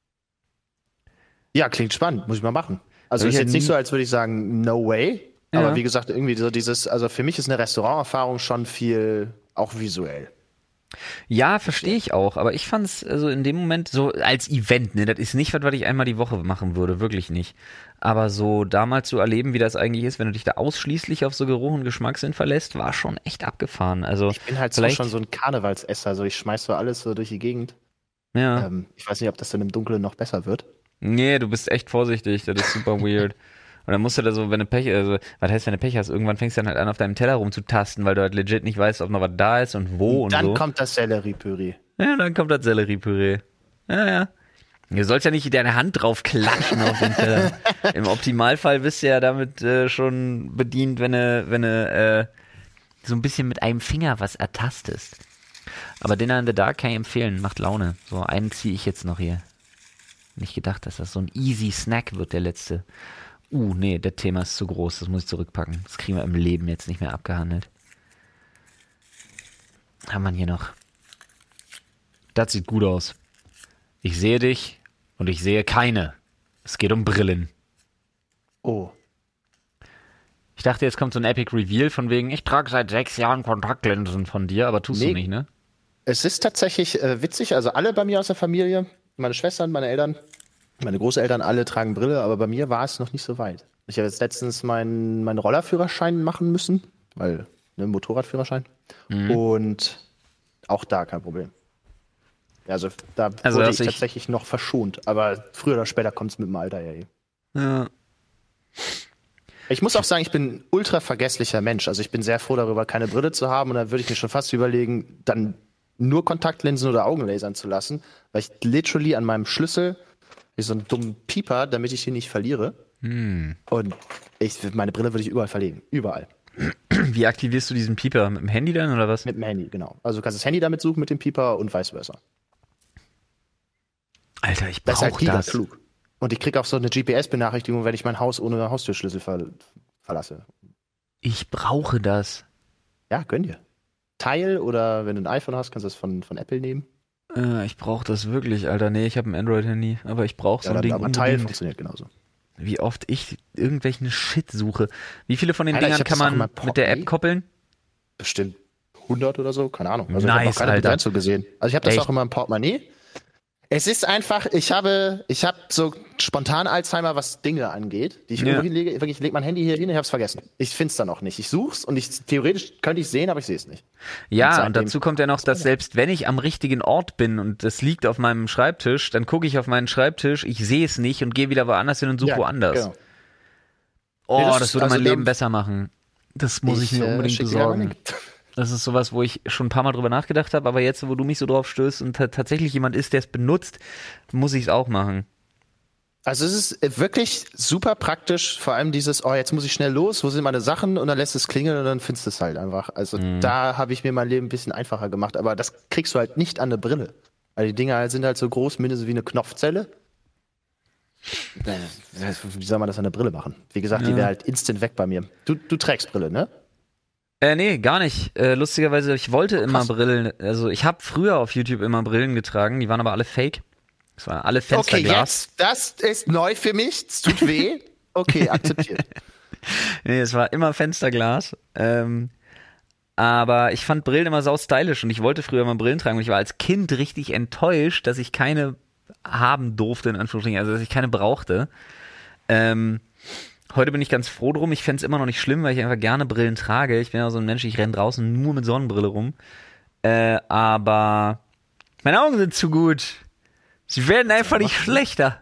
Ja, klingt spannend, muss ich mal machen. Also Ich ist hätte jetzt nicht nie- so, als würde ich sagen, no way. Ja. Aber wie gesagt, irgendwie so dieses, also für mich ist eine Restauranterfahrung schon viel, auch visuell. Ja, verstehe ich auch, aber ich fand es also in dem Moment so als Event, ne, das ist nicht was ich einmal die Woche machen würde, wirklich nicht. Aber so damals zu erleben, wie das eigentlich ist, wenn du dich da ausschließlich auf so Geruch und Geschmackssinn verlässt, war schon echt abgefahren. Also Ich bin halt so vielleicht, schon so ein Karnevalsesser, also ich schmeiß so alles so durch die Gegend. ja. Ich weiß nicht, ob das dann im Dunkeln noch besser wird. Nee, du bist echt vorsichtig, das ist super weird. Und dann musst du da so, wenn du Pech, also, was heißt, wenn du Pech hast, irgendwann fängst du dann halt an, auf deinem Teller rumzutasten, weil du halt legit nicht weißt, ob noch was da ist und wo und Dann so. kommt das Selleriepüree. Ja, dann kommt das Selleriepüree. Ja, ja. Du sollst ja nicht deine Hand drauf klatschen auf den Teller. Im Optimalfall bist du ja damit schon bedient, wenn du so ein bisschen mit einem Finger was ertastest. Aber Dinner in the Dark kann ich empfehlen, macht Laune. So einen ziehe ich jetzt noch hier. Nicht gedacht, dass das so ein easy Snack wird, der letzte. Nee, das Thema ist zu groß, das muss ich zurückpacken. Das kriegen wir im Leben jetzt nicht mehr abgehandelt. Haben wir hier noch. Das sieht gut aus. Ich sehe dich und ich sehe keine. Es geht um Brillen. Oh. Ich dachte, jetzt kommt so ein Epic Reveal von wegen, ich trage seit 6 Jahren Kontaktlinsen von dir, aber tust du Nee. nicht, ne? Es ist tatsächlich witzig, also alle bei mir aus der Familie, meine Schwestern, meine Eltern, Meine Großeltern alle tragen Brille, aber bei mir war es noch nicht so weit. Ich habe jetzt letztens meinen Rollerführerschein machen müssen, weil, ne, Motorradführerschein. Und auch da kein Problem. Also da wurde ich tatsächlich noch verschont, aber früher oder später kommt es mit dem Alter ja eh. Ja. Ich muss auch sagen, ich bin ein ultra vergesslicher Mensch. Also ich bin sehr froh darüber, keine Brille zu haben. Und dann würde ich mir schon fast überlegen, dann nur Kontaktlinsen oder Augenlasern zu lassen, weil ich literally an meinem Schlüssel wie so einen dummen Pieper, damit ich ihn nicht verliere. Und meine Brille würde ich überall verlegen. Überall. Wie aktivierst du diesen Pieper? Mit dem Handy dann oder was? Mit dem Handy, genau. Also du kannst das Handy damit suchen mit dem Pieper und vice versa. Alter, ich Das ist brauche halt das. klug. Und ich kriege auch so eine GPS-Benachrichtigung, wenn ich mein Haus ohne Haustürschlüssel verlasse. Ich brauche das. Ja, gönn dir. Teil oder wenn du ein iPhone hast, kannst du das von Apple nehmen. Ich brauche das wirklich, Alter. Nee, ich habe ein Android-Handy, aber ich brauche so ein Ding aber Teil unbedingt. funktioniert genauso. Wie oft ich irgendwelchen Shit suche. Wie viele von den Alter, Dingern ich hab kann das auch in man meinem mit der App Portemonnaie. koppeln? Bestimmt 100 oder so, keine Ahnung. Also ich habe Nice, noch keine Alter. Begrenzung gesehen. Also ich habe das Echt? auch in meinem Portemonnaie. Es ist einfach, ich habe so spontan Alzheimer, was Dinge angeht, die ich irgendwo hinlege. Wirklich, ich lege mein Handy hier hin, ich habe es vergessen. Ich finde es dann auch nicht. Ich such's und theoretisch könnte ich sehen, aber ich sehe es nicht. Ja, und dazu kommt ja noch, dass selbst wenn ich am richtigen Ort bin und das liegt auf meinem Schreibtisch, dann gucke ich auf meinen Schreibtisch, ich sehe es nicht und gehe wieder woanders hin und suche woanders. Genau. Oh, Nee, das würde also mein Leben besser machen. Das muss ich mir unbedingt schick dir besorgen. einen Link. Das ist sowas, wo ich schon ein paar Mal drüber nachgedacht habe, aber jetzt, wo du mich so drauf stößt und tatsächlich jemand ist, der es benutzt, muss ich es auch machen. Also es ist wirklich super praktisch, vor allem dieses, oh, jetzt muss ich schnell los, wo sind meine Sachen? Und dann lässt es klingeln und dann findest du es halt einfach. Also da habe ich mir mein Leben ein bisschen einfacher gemacht, aber das kriegst du halt nicht an eine Brille. Weil die Dinger sind halt so groß, mindestens wie eine Knopfzelle. Wie soll man das an der Brille machen? Wie gesagt, die wäre halt instant weg bei mir. Du trägst Brille, ne? Nee, gar nicht. Lustigerweise, ich wollte immer Brillen, also ich habe früher auf YouTube immer Brillen getragen, die waren aber alle fake. Das waren alle Fensterglas. Okay, jetzt, das ist neu für mich, es tut weh. Okay, akzeptiert. Nee, es war immer Fensterglas. Aber ich fand Brillen immer sau stylisch und ich wollte früher immer Brillen tragen und ich war als Kind richtig enttäuscht, dass ich keine haben durfte, in Anführungsstrichen, also dass ich keine brauchte. Heute bin ich ganz froh drum. Ich fänd's immer noch nicht schlimm, weil ich einfach gerne Brillen trage. Ich bin ja so ein Mensch, ich renne draußen nur mit Sonnenbrille rum. Aber meine Augen sind zu gut. Sie werden einfach nicht schlechter.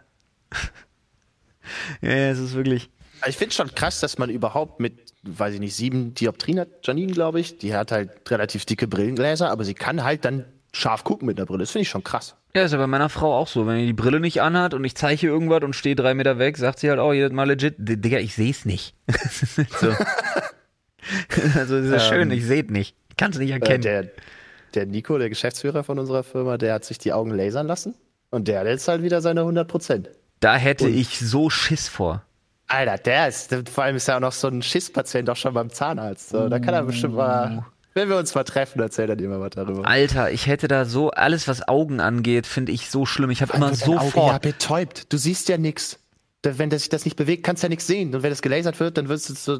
Ja, es ist wirklich... Ich finde schon krass, dass man überhaupt mit, weiß ich nicht, 7 Dioptrien hat Janine, glaube ich. Die hat halt relativ dicke Brillengläser, aber sie kann halt dann scharf gucken mit der Brille. Das finde ich schon krass. Ja, ist ja bei meiner Frau auch so. Wenn die die Brille nicht anhat und ich zeichne irgendwas und stehe 3 Meter weg, sagt sie halt, oh, jedes Mal legit, Digga, ich seh's nicht. So. Also, das ist schön, ich seh's nicht. Ich kann's nicht erkennen. Der Nico, der Geschäftsführer von unserer Firma, der hat sich die Augen lasern lassen und der hat jetzt halt wieder seine 100%. Da hätte ich so Schiss vor. Alter, vor allem ist er auch noch so ein Schisspatient, auch schon beim Zahnarzt. So, da kann er bestimmt mal, wenn wir uns mal treffen, erzählt er dir mal was darüber. Alter, ich hätte da so, alles was Augen angeht, finde ich so schlimm. Ich habe immer sofort... Ja, betäubt. Du siehst ja nichts. Wenn sich das nicht bewegt, kannst du ja nichts sehen. Und wenn das gelasert wird, dann wirst du so...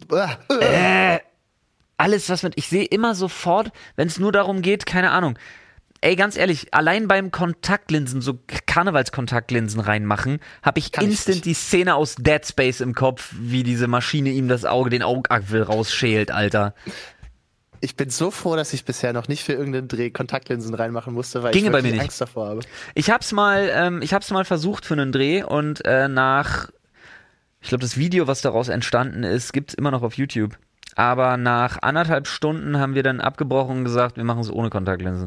Alles was mit... Ich sehe immer sofort, wenn es nur darum geht, keine Ahnung... Ey, ganz ehrlich, allein beim Kontaktlinsen, so Karnevalskontaktlinsen reinmachen, habe ich instant die Szene aus Dead Space im Kopf, wie diese Maschine ihm den Augapfel rausschält, Alter. Ich bin so froh, dass ich bisher noch nicht für irgendeinen Dreh Kontaktlinsen reinmachen musste, weil Ginge ich bei mir wirklich nicht. Angst davor habe. Ich hab's mal versucht für einen Dreh und ich glaube, das Video, was daraus entstanden ist, gibt's immer noch auf YouTube. Aber nach 1,5 Stunden haben wir dann abgebrochen und gesagt, wir machen es ohne Kontaktlinsen.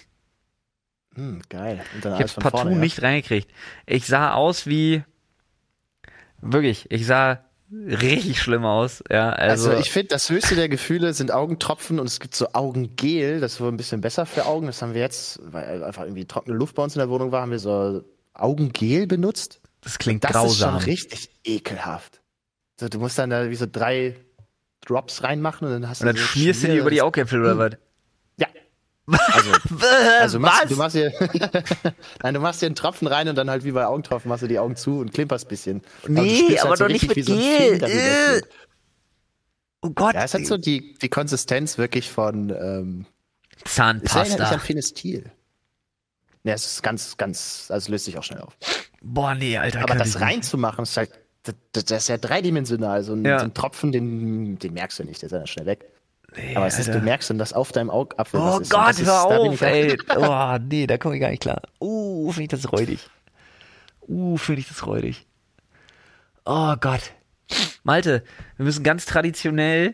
Geil. Und dann Ich alles hab's von partout vorne, nicht reingekriegt. Ich sah aus wie... Wirklich, ich sah richtig schlimm aus. Ja, also ich finde, das höchste der Gefühle sind Augentropfen und es gibt so Augengel, das ist wohl ein bisschen besser für Augen. Das haben wir jetzt, weil einfach irgendwie trockene Luft bei uns in der Wohnung war, haben wir so Augengel benutzt. das klingt Das grausam. ist schon richtig ekelhaft. So, du musst dann da wie so 3 Drops reinmachen und dann hast Und dann du so schmierst du die über die Augäpfel oder was? Ja. Also du machst hier Nein, du machst hier einen Tropfen rein und dann halt wie bei Augentropfen machst du die Augen zu und klimperst ein bisschen. Nee, aber doch nicht mit Gel. Oh Gott. Ja, es hat so die Konsistenz wirklich von es erinnert mich Zahnpasta. an Finestil. Ja, es ist ganz, also es löst sich auch schnell auf. Boah, nee, Alter. Aber kann das ich nicht. reinzumachen, ist halt, das ist ja dreidimensional. So Ja. ein Tropfen, den merkst du nicht, der ist ja dann schnell weg. Nee, Aber es ist, Alter. du merkst dann, dass auf deinem Augapfel Oh was ist. Und Gott, das ist, hör da bin auf, ich ey. Oh, nee, da komme ich gar nicht klar. Finde ich das räudig. Finde ich das räudig. Oh Gott. Malte, wir müssen ganz traditionell,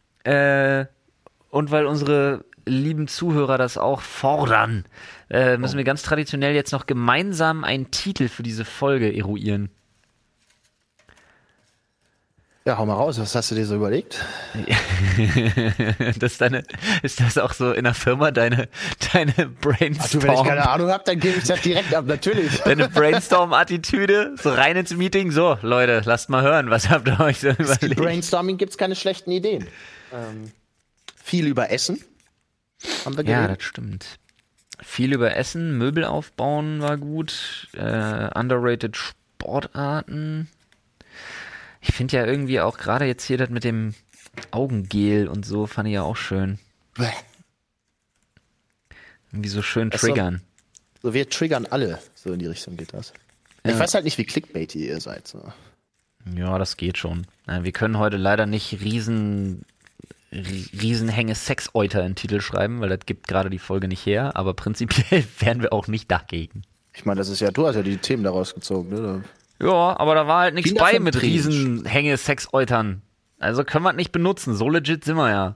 und weil unsere lieben Zuhörer das auch fordern, müssen wir ganz traditionell jetzt noch gemeinsam einen Titel für diese Folge eruieren. Ja, hau mal raus, was hast du dir so überlegt? Ist das auch so in der Firma deine Brainstorm? Wenn ich keine Ahnung habe, dann gebe ich das direkt ab, natürlich. Deine Brainstorm-Attitüde, so rein ins Meeting, so, Leute, lasst mal hören, was habt ihr euch so überlegt? Brainstorming gibt's keine schlechten Ideen. Viel über Essen haben wir Ja, geredet. das stimmt. Viel über Essen, Möbel aufbauen war gut, underrated Sportarten. Ich finde ja irgendwie auch gerade jetzt hier das mit dem Augengel und so, fand ich ja auch schön. Bäh. Irgendwie so schön Das ist so- triggern. So, wir triggern alle. So in die Richtung geht das. Ich weiß halt nicht, wie clickbaity ihr seid. So. Ja, das geht schon. Wir können heute leider nicht Riesenhänge Sexeuter in den Titel schreiben, weil das gibt gerade die Folge nicht her, aber prinzipiell wären wir auch nicht dagegen. Ich meine, das ist ja, du hast ja die Themen daraus gezogen, ne? Ja, aber da war halt nichts Kinder bei von mit Trinch. Riesenhänge Sexeutern. Also können wir das nicht benutzen. So legit sind wir ja.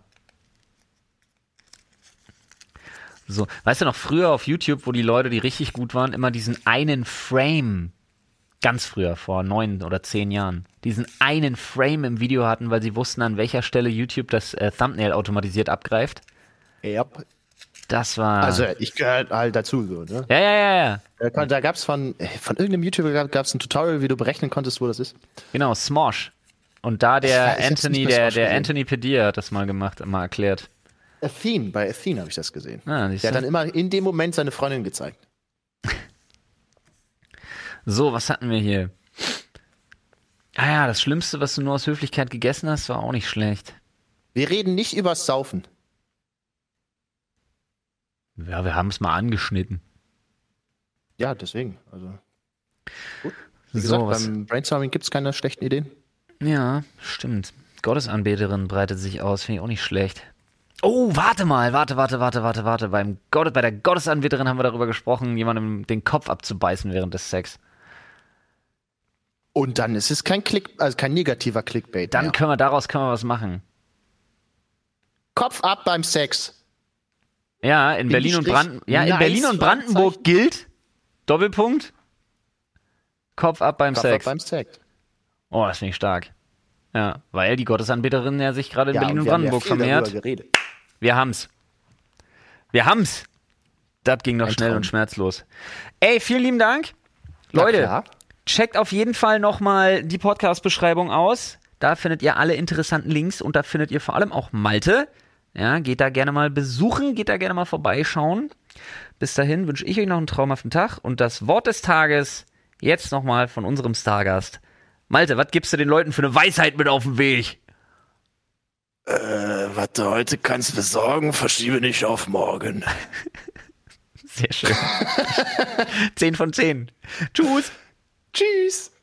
So, weißt du noch, früher auf YouTube, wo die Leute, die richtig gut waren, immer diesen einen Frame, ganz früher, vor 9 oder 10 Jahren, diesen einen Frame im Video hatten, weil sie wussten, an welcher Stelle YouTube das Thumbnail automatisiert abgreift. Ja. Das war... Also ich gehöre halt dazu, so, ne? Ja. Da gab's von irgendeinem YouTuber gab's ein Tutorial, wie du berechnen konntest, wo das ist. Genau, Smosh. Und da der Ich hab's nicht Anthony, bei Smosh der gesehen. Anthony Padilla hat das mal gemacht, mal erklärt. Athene, bei Athene habe ich das gesehen. Ah, siehst Der du? hat dann immer in dem Moment seine Freundin gezeigt. So, was hatten wir hier? Ah ja, das Schlimmste, was du nur aus Höflichkeit gegessen hast, war auch nicht schlecht. Wir reden nicht übers Saufen. Ja, wir haben es mal angeschnitten. Ja, deswegen. Also. Gut. Wie So, gesagt, was- beim Brainstorming gibt's keine schlechten Ideen. Ja, stimmt. Gottesanbeterin breitet sich aus, finde ich auch nicht schlecht. Oh, warte mal, warte. Bei der Gottesanbeterin haben wir darüber gesprochen, jemandem den Kopf abzubeißen während des Sex. Und dann ist es kein kein negativer Clickbait. Dann mehr. können wir was machen. Kopf ab beim Sex. Ja, in Berlin und Bindestrich, in nice, Berlin und Brandenburg Fragezeichen. gilt Doppelpunkt Kopf ab beim Kopf Sex. ab beim Sex. Oh, das finde ich stark. Ja, weil die Gottesanbeterin ja sich gerade in Ja, Berlin und wir haben Brandenburg ja viel vermehrt. darüber geredet. Wir haben's. Das ging doch Ein schnell Traum. und schmerzlos. Ey, vielen lieben Dank. Na Leute, klar. checkt auf jeden Fall nochmal die Podcast-Beschreibung aus. Da findet ihr alle interessanten Links und da findet ihr vor allem auch Malte. Ja, geht da gerne mal besuchen, geht da gerne mal vorbeischauen. Bis dahin wünsche ich euch noch einen traumhaften Tag und das Wort des Tages jetzt nochmal von unserem Stargast. Malte, was gibst du den Leuten für eine Weisheit mit auf den Weg? Was du heute kannst besorgen, verschiebe nicht auf morgen. Sehr schön. 10 von 10. Tschüss. Tschüss.